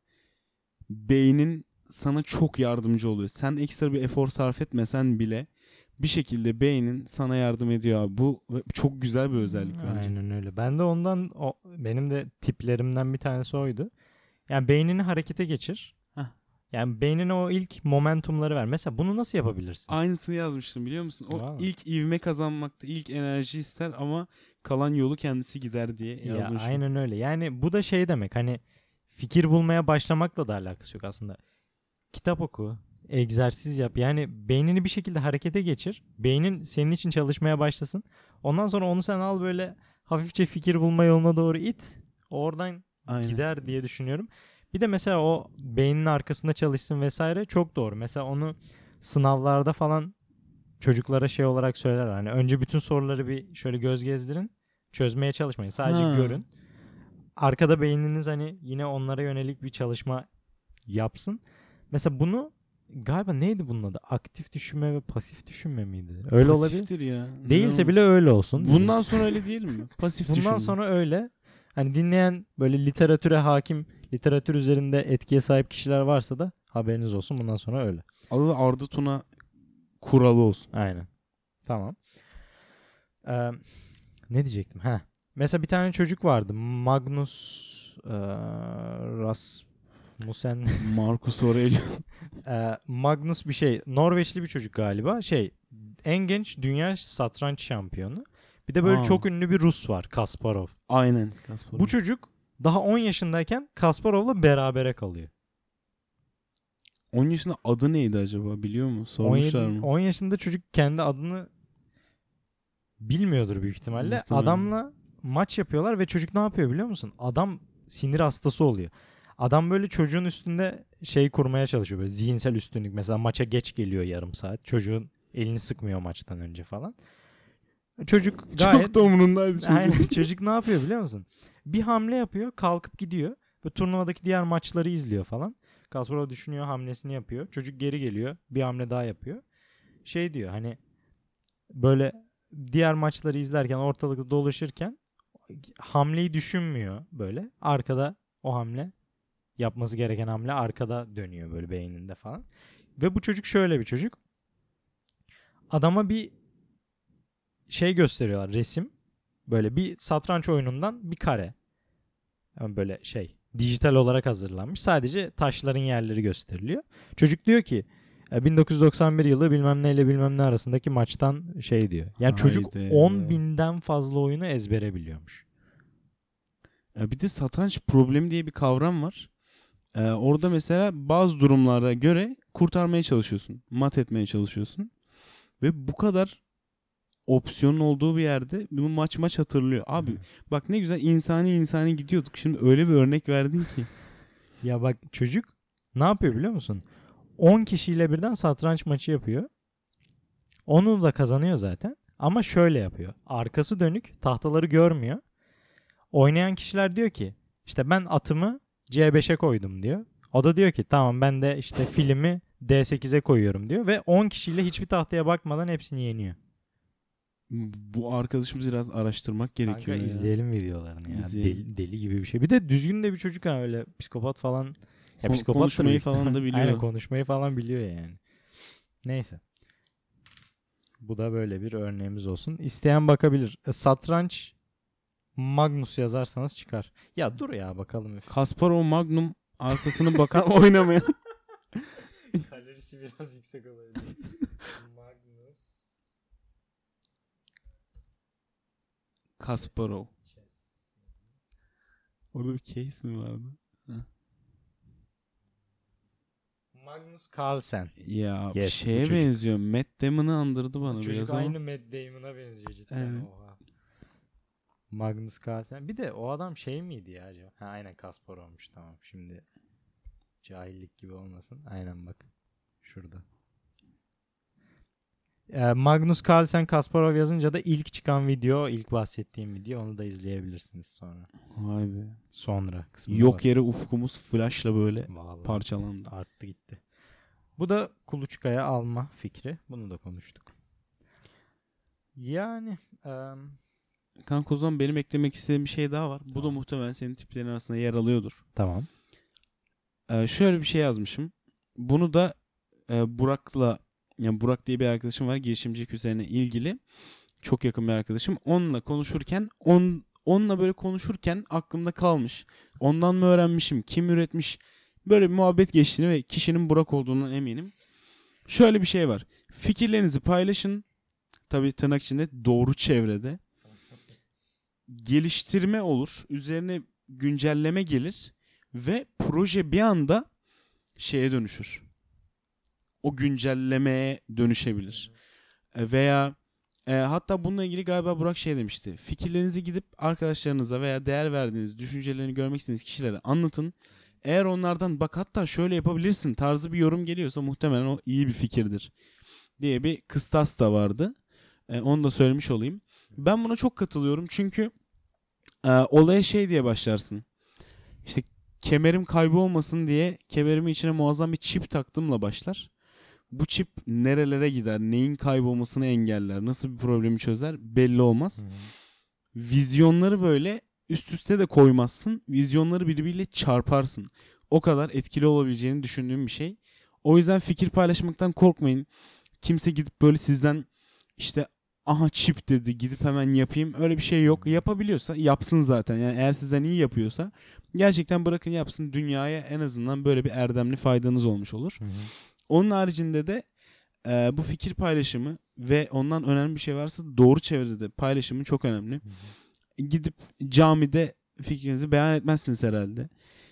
beynin sana çok yardımcı oluyor. Sen ekstra bir efor sarf etmesen bile bir şekilde beynin sana yardım ediyor abi. Bu çok güzel bir özellik bence. Aynen öyle. Ben de ondan, benim de tiplerimden bir tanesi oydu. Yani beynini harekete geçir. Yani beynine o ilk momentumları ver. Mesela bunu nasıl yapabilirsin? Aynısını yazmıştım, biliyor musun? O Vallahi. ilk ivme kazanmakta, ilk enerji ister ama kalan yolu kendisi gider diye yazmışım. Ya, aynen öyle. Yani bu da şey demek, hani fikir bulmaya başlamakla da alakası yok aslında. Kitap oku, egzersiz yap. Yani beynini bir şekilde harekete geçir. Beynin senin için çalışmaya başlasın. Ondan sonra onu sen al, böyle hafifçe fikir bulma yoluna doğru it. Oradan gider diye düşünüyorum. Bir de mesela o beynin arkasında çalışsın vesaire, çok doğru. Mesela onu sınavlarda falan çocuklara şey olarak söyler. Hani önce bütün soruları bir şöyle göz gezdirin. Çözmeye çalışmayın. Sadece görün. Arkada beyniniz hani yine onlara yönelik bir çalışma yapsın. Mesela bunu galiba neydi bunun adı? Aktif düşünme ve pasif düşünme miydi? Öyle Pasiftir olabilir. ya. Değilse bile öyle olsun. Bundan sonra öyle değil mi? Pasif düşünme. Bundan sonra öyle. Hani dinleyen böyle literatüre hakim, literatür üzerinde etkiye sahip kişiler varsa da haberiniz olsun. Bundan sonra öyle. Adı da Arda Tuna kuralı olsun. Aynen. Tamam. Ne diyecektim? Mesela bir tane çocuk vardı. Magnus Rasmussen. Marcus Aurelius. Magnus bir şey. Norveçli bir çocuk galiba. En genç dünya satranç şampiyonu. Bir de böyle çok ünlü bir Rus var. Kasparov. Aynen. Kasparov. Bu çocuk daha 10 yaşındayken Kasparov'la berabere kalıyor. 10 yaşında adı neydi acaba, biliyor musun? Sormuşlar mı? 10 yaşında çocuk kendi adını bilmiyordur büyük ihtimalle. Muhtemelen. Adamla maç yapıyorlar ve çocuk ne yapıyor biliyor musun? Adam sinir hastası oluyor. Adam böyle çocuğun üstünde şey kurmaya çalışıyor. Böyle zihinsel üstünlük. Mesela maça geç geliyor yarım saat. Çocuğun elini sıkmıyor maçtan önce falan. Çocuk gayet... Çok da umurundaydı çocuk. Aynen, çocuk ne yapıyor biliyor musun? Bir hamle yapıyor, kalkıp gidiyor. Ve turnuvadaki diğer maçları izliyor falan. Kasparov düşünüyor, hamlesini yapıyor. Çocuk geri geliyor, bir hamle daha yapıyor. Şey diyor, hani böyle diğer maçları izlerken, ortalıkta dolaşırken hamleyi düşünmüyor böyle. Arkada o hamle, yapması gereken hamle arkada dönüyor böyle beyninde falan. Ve bu çocuk şöyle bir çocuk. Adama bir şey gösteriyorlar, resim. Böyle bir satranç oyunundan bir kare. Yani böyle dijital olarak hazırlanmış. Sadece taşların yerleri gösteriliyor. Çocuk diyor ki 1991 yılı bilmem neyle bilmem ne arasındaki maçtan diyor. Yani çocuk 10.000'den fazla oyunu ezbere biliyormuş. Bir de satranç problemi diye bir kavram var. Orada mesela bazı durumlara göre kurtarmaya çalışıyorsun. Mat etmeye çalışıyorsun. Ve bu kadar opsiyonun olduğu bir yerde bu maç hatırlıyor. Abi bak ne güzel insani gidiyorduk. Şimdi öyle bir örnek verdin ki. Ya bak çocuk ne yapıyor biliyor musun? 10 kişiyle birden satranç maçı yapıyor. Onu da kazanıyor zaten. Ama şöyle yapıyor. Arkası dönük, tahtaları görmüyor. Oynayan kişiler diyor ki işte ben atımı C5'e koydum diyor. O da diyor ki tamam ben de işte filmi D8'e koyuyorum diyor. Ve 10 kişiyle hiçbir tahtaya bakmadan hepsini yeniyor. Bu arkadaşımızı biraz araştırmak gerekiyor. Kanka ya. izleyelim videolarını ya. İzleyelim. Deli gibi bir şey. Bir de düzgün de bir çocuk ha öyle psikopat falan. Ya psikopat konuşmayı falan da biliyor. Aynen konuşmayı falan biliyor yani. Neyse. Bu da böyle bir örneğimiz olsun. İsteyen bakabilir. Satranç Magnus yazarsanız çıkar. Ya dur ya bakalım. Kasparov Magnum arkasını bakan oynamayan. Kalorisi biraz yüksek olabilir. Magnus Kasparov. Orada bir case mi vardı? Magnus Carlsen. Ya Yes, şeye benziyor. Matt Damon'ı andırdı bana çocuk biraz aynı ama. Matt Damon'a benziyor cidden. Evet. Oha. Magnus Carlsen. Bir de o adam şey miydi ya acaba? Ha, aynen Kasparov'muş tamam. Şimdi cahillik gibi olmasın. Aynen bak. Şurada. Magnus Carlsen Kasparov yazınca da ilk çıkan video, ilk bahsettiğim video, onu da izleyebilirsiniz sonra. Vay be. Sonra kısmında Yok yere ufkumuz flashla böyle vallahi parçalandı. arttı gitti. Bu da kuluçkaya alma fikri. Bunu da konuştuk. Yani Kanka o zaman benim eklemek istediğim bir şey daha var. Bu da muhtemelen senin tiplerin arasında yer alıyordur. tamam. Şöyle bir şey yazmışım. Bunu da Burak'la, yani Burak diye bir arkadaşım var, girişimcilik üzerine ilgili. Çok yakın bir arkadaşım. Onunla konuşurken onunla böyle konuşurken aklımda kalmış. Ondan mı öğrenmişim? Kim üretmiş? Böyle bir muhabbet geçtiğini ve kişinin Burak olduğundan eminim. Şöyle bir şey var. Fikirlerinizi paylaşın. Tabii tırnak içinde doğru çevrede. Geliştirme olur. Üzerine güncelleme gelir. Ve proje bir anda şeye dönüşür. O güncellemeye dönüşebilir. Veya hatta bununla ilgili galiba Burak şey demişti. Fikirlerinizi gidip arkadaşlarınıza veya değer verdiğiniz, düşüncelerini görmek istediğiniz kişilere anlatın. Eğer onlardan bak hatta şöyle yapabilirsin tarzı bir yorum geliyorsa muhtemelen o iyi bir fikirdir diye bir kıstas da vardı. Onu da söylemiş olayım. Ben buna çok katılıyorum çünkü olaya şey diye başlarsın. İşte kemerim kaybolmasın diye kemerimi içine muazzam bir çip taktımla başlar. Bu çip nerelere gider, neyin kaybolmasını engeller, nasıl bir problemi çözer belli olmaz. Vizyonları böyle üst üste de koymazsın. Vizyonları birbiriyle çarparsın. O kadar etkili olabileceğini düşündüğüm bir şey. O yüzden fikir paylaşmaktan korkmayın. Kimse gidip böyle sizden işte aha çip dedi gidip hemen yapayım. Öyle bir şey yok. Yapabiliyorsa yapsın zaten. Yani eğer sizden iyi yapıyorsa gerçekten bırakın yapsın. Dünyaya en azından böyle bir erdemli faydanız olmuş olur. Onun haricinde de bu fikir paylaşımı ve ondan önemli bir şey varsa doğru çevrede paylaşımı çok önemli. Gidip camide fikrinizi beyan etmezsiniz herhalde.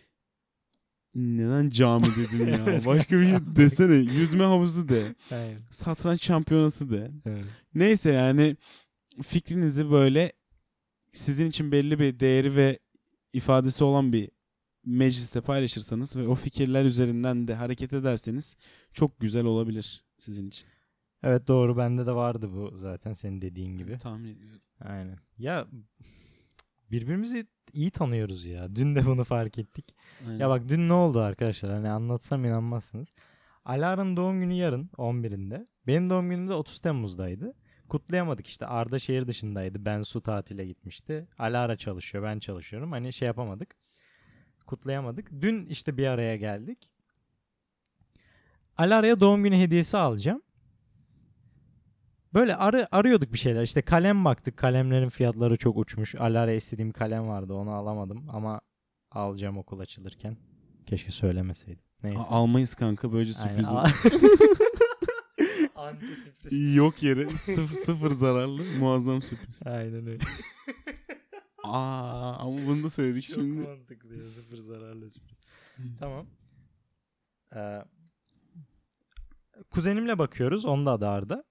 Neden cami dedim ya? Başka bir şey desene. Yüzme havuzu de. Aynen. Satranç şampiyonası de. Evet. Neyse yani fikrinizi böyle sizin için belli bir değeri ve ifadesi olan bir mecliste paylaşırsanız ve o fikirler üzerinden de hareket ederseniz çok güzel olabilir sizin için. Evet doğru bende de vardı bu zaten senin dediğin gibi. Tahmin ediyorum. Aynen. Ya birbirimizi iyi tanıyoruz ya. Dün de bunu fark ettik. Aynen. Ya bak dün ne oldu arkadaşlar? Hani anlatsam inanmazsınız. Alara'nın doğum günü yarın 11'inde. Benim doğum günüm de 30 Temmuz'daydı. Kutlayamadık işte. Arda şehir dışındaydı. Bensu tatile gitmişti. Alara çalışıyor. Ben çalışıyorum. Hani şey yapamadık. Kutlayamadık. Dün işte bir araya geldik. Alara'ya doğum günü hediyesi alacağım. Böyle arıyorduk bir şeyler. İşte kalem baktık. Kalemlerin fiyatları çok uçmuş. Alara'ya istediğim kalem vardı. Onu alamadım. Ama alacağım okul açılırken. Keşke söylemeseydim. Neyse. Almayız kanka. Böylece sürpriz Aynen. olur. Anti sürpriz. Yok yere sıfır zararlı muazzam sürpriz. Aynen öyle. Ama bunu da söyledik Çok şimdi. mantıklı ya. Sıfır zararlı sürpriz. Tamam. Kuzenimle bakıyoruz. Onun da adı Arda.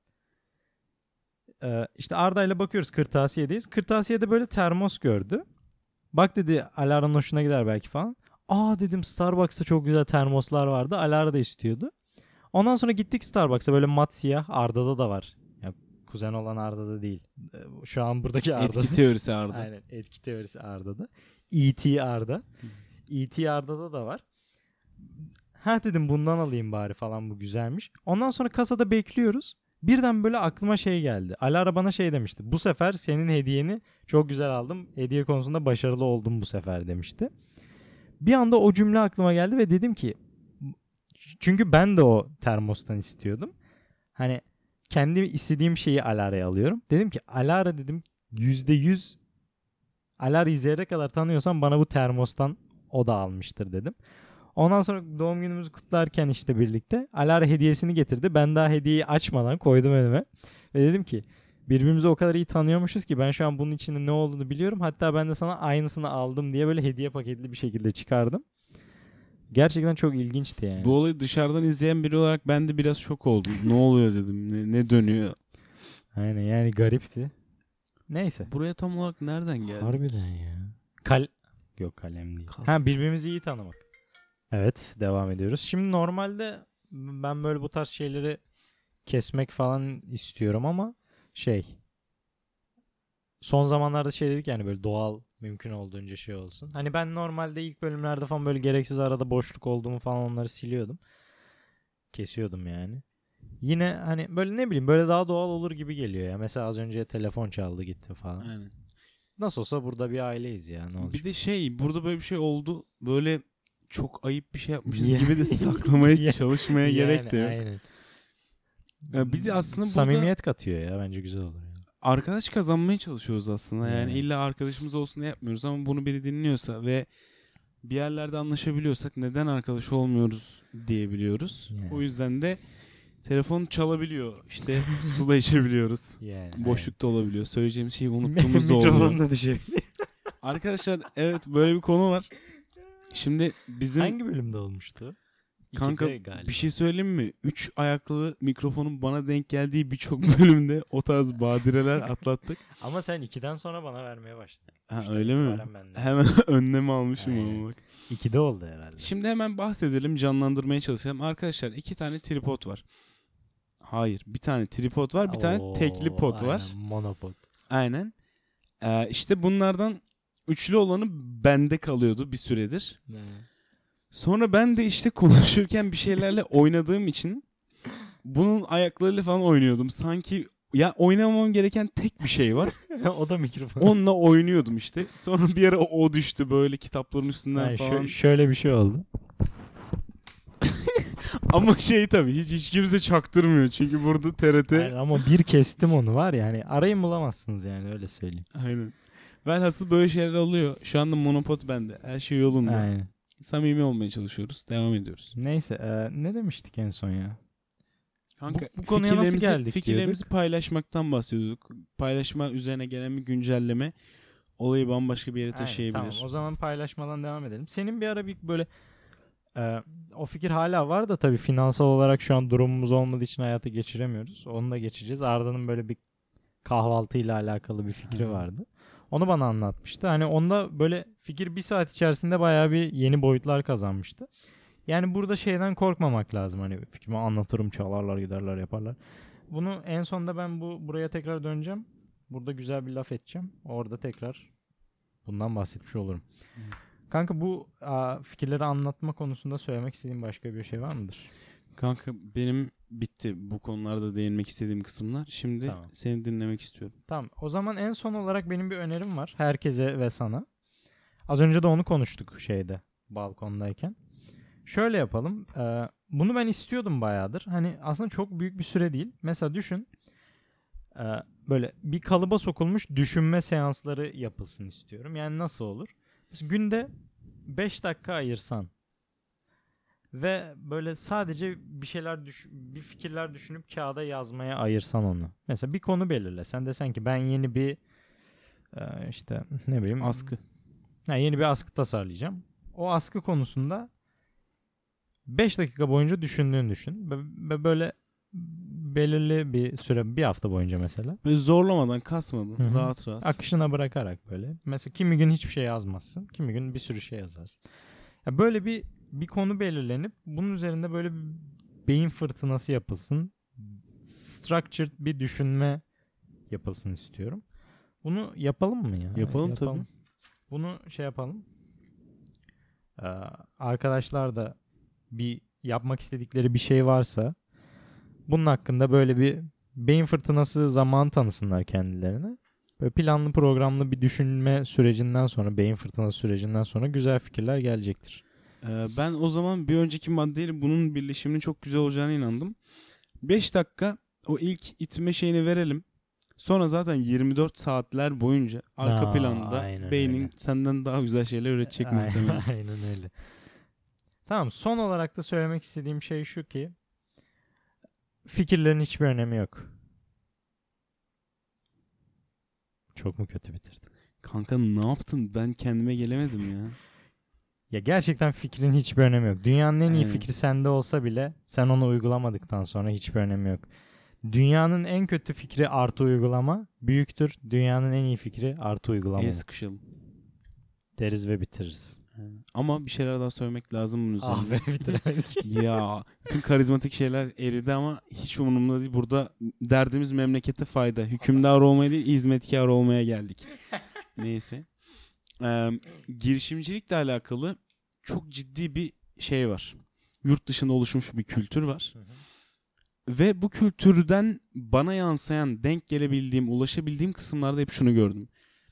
İşte Arda ile bakıyoruz, kırtasiyedeyiz. Kırtasiyede böyle termos gördü. Bak dedi, Alara'nın hoşuna gider belki falan. Aa dedim, Starbucks'ta çok güzel termoslar vardı. Alara da istiyordu. Ondan sonra gittik Starbucks'a, böyle mat siyah. Arda'da da var. Ya, kuzen olan Arda'da değil. Şu an buradaki Arda'da. Etki teorisi Arda. Aynen, etki teorisi Arda'da. E.T. Arda. E.T. Arda'da da var. Ha dedim, bundan alayım bari falan, bu güzelmiş. Ondan sonra kasada bekliyoruz. Birden böyle aklıma şey geldi. Alara bana şey demişti. Bu sefer senin hediyeni çok güzel aldım. Hediye konusunda başarılı oldum bu sefer demişti. Bir anda o cümle aklıma geldi ve dedim ki, çünkü ben de o termostan istiyordum. Hani kendi istediğim şeyi Alara'ya alıyorum. Dedim ki Alara dedim, %100 Alara'yı zerre kadar tanıyorsam bana bu termostan o da almıştır dedim. Ondan sonra doğum günümüzü kutlarken işte birlikte Alara hediyesini getirdi. Ben daha hediyeyi açmadan koydum önüme. Ve dedim ki birbirimizi o kadar iyi tanıyormuşuz ki ben şu an bunun içinde ne olduğunu biliyorum. Hatta ben de sana aynısını aldım diye böyle hediye paketli bir şekilde çıkardım. Gerçekten çok ilginçti yani. Bu olayı dışarıdan izleyen biri olarak ben de biraz şok oldum. Ne oluyor dedim. Ne dönüyor? Aynen, yani garipti. Neyse. Buraya tam olarak nereden geldi? Harbiden ya. Yok, kalem değil. Kalem. Birbirimizi iyi tanımak. Evet, devam ediyoruz. Şimdi normalde ben böyle bu tarz şeyleri kesmek falan istiyorum ama son zamanlarda dedik yani, böyle doğal, mümkün olduğunca şey olsun. Hani ben normalde ilk bölümlerde falan böyle gereksiz arada boşluk olduğumu falan onları siliyordum. Kesiyordum yani. Yine hani böyle ne bileyim, böyle daha doğal olur gibi geliyor ya. Mesela az önce telefon çaldı gitti falan. Aynen. Nasıl olsa burada bir aileyiz ya, ne olacak? Bir de burada böyle bir şey oldu. Böyle çok ayıp bir şey yapmışız gibi de saklamaya çalışmaya gerek de yok. Aynen. Bir de aslında samimiyet katıyor ya, bence güzel olur. Yani. Arkadaş kazanmaya çalışıyoruz aslında. Yani Yani. illa arkadaşımız olsun diye yapmıyoruz ama bunu biri dinliyorsa ve bir yerlerde anlaşabiliyorsak neden arkadaş olmuyoruz diyebiliyoruz. Yani. O yüzden de telefon çalabiliyor. İşte su da içebiliyoruz. Yani, boşlukta olabiliyor. Söyleyeceğimiz şeyi unuttuğumuz da oluyor. Mikrofonun da düşebiliyor. Arkadaşlar evet, böyle bir konu var. Şimdi bizim... Hangi bölümde olmuştu? Kanka bir şey söyleyeyim mi? 3 ayaklı mikrofonun bana denk geldiği birçok bölümde o tarz badireler atlattık. Ama sen 2'den sonra bana vermeye başladın. Ha, öyle mi? Hemen önlem almışım ama bak. 2'de oldu herhalde. Şimdi hemen bahsedelim, canlandırmaya çalışalım. Arkadaşlar 2 tane tripod var. Hayır, bir tane tripod var, bir tane tekli pot var. Monopod. Aynen. İşte bunlardan üçlü olanı bende kalıyordu bir süredir. Sonra ben de işte konuşurken bir şeylerle oynadığım için bunun ayaklarıyla falan oynuyordum. Sanki ya oynamam gereken tek bir şey var. O da mikrofon. Onunla oynuyordum işte. Sonra bir ara o düştü böyle kitapların üstünden falan. Şöyle bir şey oldu. Ama tabii hiç kimse çaktırmıyor. Çünkü burada TRT. Yani ama bir kestim onu, var ya, hani arayın bulamazsınız yani, öyle söyleyeyim. Aynen. Velhasıl böyle şeyler oluyor. Şu anda monopod bende. Her şey yolunda. Aynen. Samimi olmaya çalışıyoruz. Devam ediyoruz. Neyse, ne demiştik en son ya? Kanka, bu konuya nasıl geldik fikirlerimizi diyorduk? Paylaşmaktan bahsediyorduk. Paylaşma üzerine gelen bir güncelleme olayı bambaşka bir yere taşıyabilir. Tamam, o zaman paylaşmadan devam edelim. Senin bir ara bir böyle o fikir hala var da tabii finansal olarak şu an durumumuz olmadığı için hayata geçiremiyoruz. Onu da geçeceğiz. Arda'nın böyle bir kahvaltıyla alakalı bir fikri vardı. Onu bana anlatmıştı. Hani onda böyle fikir bir saat içerisinde bayağı bir yeni boyutlar kazanmıştı. Yani burada şeyden korkmamak lazım. Hani fikrimi anlatırım, çalarlar, giderler, yaparlar. Bunu en sonunda ben buraya tekrar döneceğim. Burada güzel bir laf edeceğim. Orada tekrar bundan bahsetmiş olurum. Kanka, bu fikirleri anlatma konusunda söylemek istediğin başka bir şey var mıdır? Kanka benim bitti bu konularda değinmek istediğim kısımlar. Şimdi seni dinlemek istiyorum. Tamam. O zaman en son olarak benim bir önerim var. Herkese ve sana. Az önce de onu konuştuk balkondayken. Şöyle yapalım. Bunu ben istiyordum bayağıdır. Hani aslında çok büyük bir süre değil. Mesela düşün. Böyle bir kalıba sokulmuş düşünme seansları yapılsın istiyorum. Yani nasıl olur? Mesela günde 5 dakika ayırsan ve böyle sadece bir fikirler düşünüp kağıda yazmaya ayırsan onu. Mesela bir konu belirlesen, desen ki ben yeni bir işte ne bileyim askı. Yeni bir askı tasarlayacağım. O askı konusunda 5 dakika boyunca düşündüğünü düşün. Ve böyle belirli bir süre, bir hafta boyunca mesela. Böyle zorlamadan, kasmadan, Hı-hı. rahat rahat. Akışına bırakarak böyle. Mesela kimi gün hiçbir şey yazmazsın. Kimi gün bir sürü şey yazarsın. Ya böyle bir konu belirlenip bunun üzerinde böyle bir beyin fırtınası yapılsın. Structured bir düşünme yapılsın istiyorum. Bunu yapalım mı ya? Yapalım tabii. Bunu şey yapalım. Arkadaşlar da bir yapmak istedikleri bir şey varsa bunun hakkında böyle bir beyin fırtınası zaman tanısınlar kendilerine. Böyle planlı programlı bir düşünme sürecinden sonra, beyin fırtınası sürecinden sonra güzel fikirler gelecektir. Ben o zaman bir önceki maddeyle bunun birleşiminin çok güzel olacağına inandım. 5 dakika o ilk itme şeyini verelim. Sonra zaten 24 saatler boyunca arka planda beynin öyle. Senden daha güzel şeyler üretecek muhtemelen. Aynen öyle. Tamam, son olarak da söylemek istediğim şey şu ki fikirlerin hiçbir önemi yok. Çok mu kötü bitirdim? Kanka ne yaptın? Ben kendime gelemedim ya. Ya gerçekten fikrin hiçbir önemi yok. Dünyanın en iyi fikri sende olsa bile sen onu uygulamadıktan sonra hiçbir önemi yok. Dünyanın en kötü fikri artı uygulama büyüktür. Dünyanın en iyi fikri artı uygulama. Sıkışalım. Deriz ve bitiririz. Ama bir şeyler daha söylemek lazım bunun üzerine. Ah be, bitiremedik. Ya tüm karizmatik şeyler eridi ama hiç umurumda değil. Burada derdimiz memlekete fayda. Hükümdar olmaya değil, hizmetkar olmaya geldik. Neyse. Girişimcilikle alakalı çok ciddi bir şey var. Yurt dışında oluşmuş bir kültür var. Ve bu kültürden bana yansıyan, denk gelebildiğim, ulaşabildiğim kısımlarda hep şunu gördüm.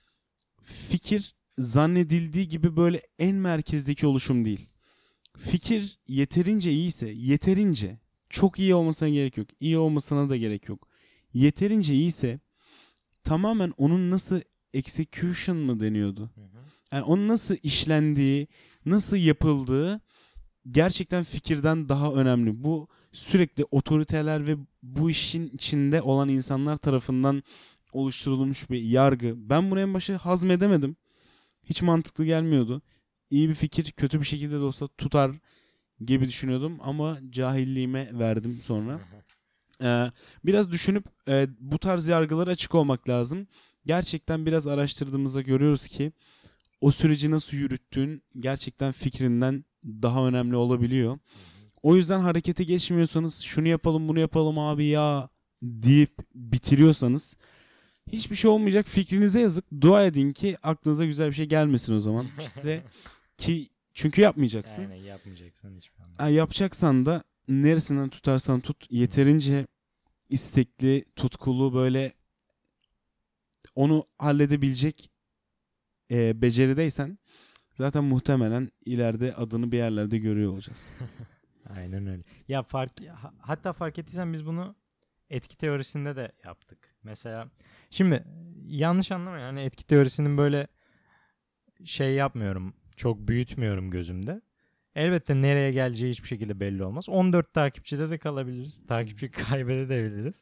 Fikir zannedildiği gibi böyle en merkezdeki oluşum değil. Fikir yeterince iyiyse, yeterince, çok iyi olmasına gerek yok. İyi olmasına da gerek yok. Yeterince iyiyse tamamen onun nasıl execution mı deniyordu? Yani onun nasıl işlendiği, nasıl yapıldığı gerçekten fikirden daha önemli. Bu sürekli otoriteler ve bu işin içinde olan insanlar tarafından oluşturulmuş bir yargı. Ben bunu en başta hazmedemedim. Hiç mantıklı gelmiyordu. İyi bir fikir kötü bir şekilde de olsa tutar gibi düşünüyordum ama cahilliğime verdim sonra. Biraz düşünüp bu tarz yargılara açık olmak lazım. Gerçekten biraz araştırdığımızda görüyoruz ki o süreci nasıl yürüttüğün gerçekten fikrinden daha önemli olabiliyor. O yüzden harekete geçmiyorsanız şunu yapalım bunu yapalım abi ya deyip bitiriyorsanız hiçbir şey olmayacak. Fikrinize yazık. Dua edin ki aklınıza güzel bir şey gelmesin o zaman. İşte ki çünkü yapmayacaksın. Aynen, yapmayacaksın hiçbir anlamda. Yapacaksan da neresinden tutarsan tut yeterince istekli, tutkulu böyle onu halledebilecek becerideysen zaten muhtemelen ileride adını bir yerlerde görüyor olacağız. Aynen öyle. Ya hatta fark ettiysen biz bunu etki teorisinde de yaptık. Mesela şimdi yanlış anlamayın, hani etki teorisinin böyle şey yapmıyorum, çok büyütmüyorum gözümde. Elbette nereye geleceği hiçbir şekilde belli olmaz. 14 takipçide de kalabiliriz. Takipçi kaybedebiliriz.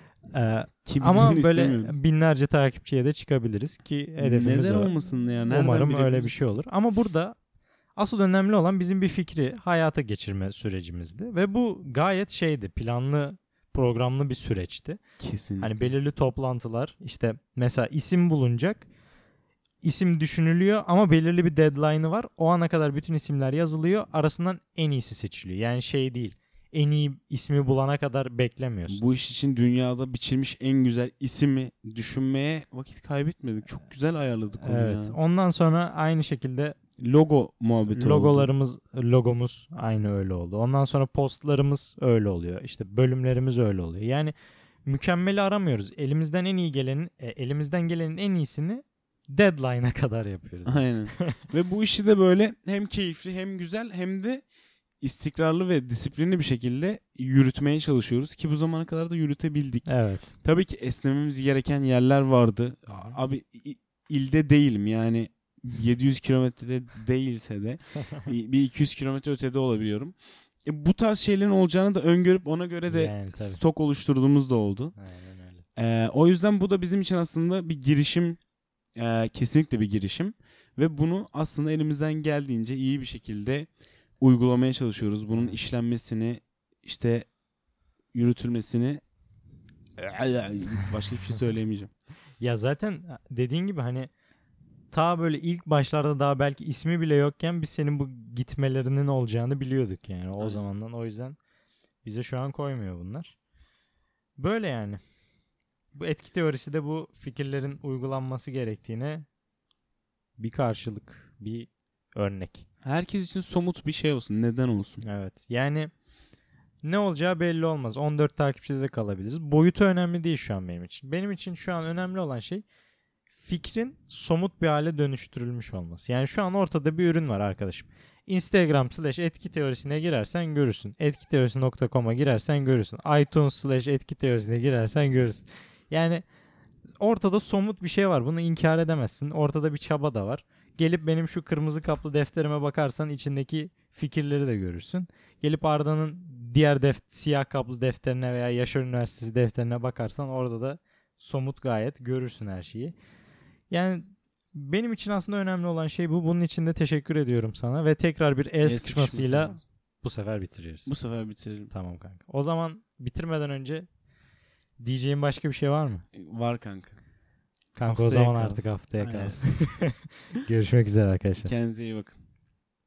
Ama böyle binlerce takipçiye de çıkabiliriz ki hedefimiz neden olmasın ya? Nereden umarım öyle bir şey olur. Ama burada asıl önemli olan bizim bir fikri hayata geçirme sürecimizdi. Ve bu gayet şeydi, planlı, programlı bir süreçti. Kesinlikle. Hani belirli toplantılar, işte mesela isim bulunacak. İsim düşünülüyor ama belirli bir deadline'ı var. O ana kadar bütün isimler yazılıyor. Arasından en iyisi seçiliyor. Yani şey değil. En iyi ismi bulana kadar beklemiyorsun. Bu iş için dünyada biçilmiş en güzel ismi düşünmeye vakit kaybetmedik. Çok güzel ayarladık onu evet. ya. Ondan sonra aynı şekilde logo muhabbeti logomuz aynı öyle oldu. Ondan sonra postlarımız öyle oluyor. İşte bölümlerimiz öyle oluyor. Yani mükemmeli aramıyoruz. Elimizden gelenin en iyisini deadline'a kadar yapıyoruz. Aynen. Ve bu işi de böyle hem keyifli hem güzel hem de istikrarlı ve disiplinli bir şekilde yürütmeye çalışıyoruz ki bu zamana kadar da yürütebildik. Evet. Tabii ki esnememiz gereken yerler vardı. Abi ilde değilim yani 700 kilometre değilse de bir 200 kilometre ötede olabiliyorum. Bu tarz şeylerin olacağını da öngörüp ona göre de yani, stok oluşturduğumuz da oldu. Aynen öyle. O yüzden bu da bizim için aslında bir girişim. Kesinlikle bir girişim. Ve bunu aslında elimizden geldiğince iyi bir şekilde uygulamaya çalışıyoruz. Bunun işlenmesini, işte yürütülmesini, başka hiçbir şey söyleyemeyeceğim. Ya zaten dediğin gibi hani ta böyle ilk başlarda daha belki ismi bile yokken biz senin bu gitmelerinin olacağını biliyorduk yani o zamandan. O yüzden bize şu an koymuyor bunlar. Böyle yani. Bu etki teorisi de bu fikirlerin uygulanması gerektiğine bir karşılık, bir örnek. Herkes için somut bir şey olsun. Neden olsun? Evet. Yani ne olacağı belli olmaz. 14 takipçide de kalabiliriz. Boyutu önemli değil şu an benim için. Benim için şu an önemli olan şey fikrin somut bir hale dönüştürülmüş olması. Yani şu an ortada bir ürün var arkadaşım. Instagram/etki teorisine girersen görürsün. Etkiteorisi.com'a girersen görürsün. iTunes/etki teorisine girersen görürsün. Yani ortada somut bir şey var. Bunu inkar edemezsin. Ortada bir çaba da var. Gelip benim şu kırmızı kaplı defterime bakarsan içindeki fikirleri de görürsün. Gelip Arda'nın diğer siyah kaplı defterine veya Yaşar Üniversitesi defterine bakarsan orada da somut gayet görürsün her şeyi. Yani benim için aslında önemli olan şey bu. Bunun için de teşekkür ediyorum sana ve tekrar bir el sıkışmasıyla bu sefer bitiriyoruz. Bu sefer bitirelim. Tamam kanka. O zaman bitirmeden önce diyeceğin başka bir şey var mı? Var kanka. Kanka haftaya o zaman kalsın. Artık haftaya kalsın. Görüşmek üzere arkadaşlar. Kendinize iyi bakın.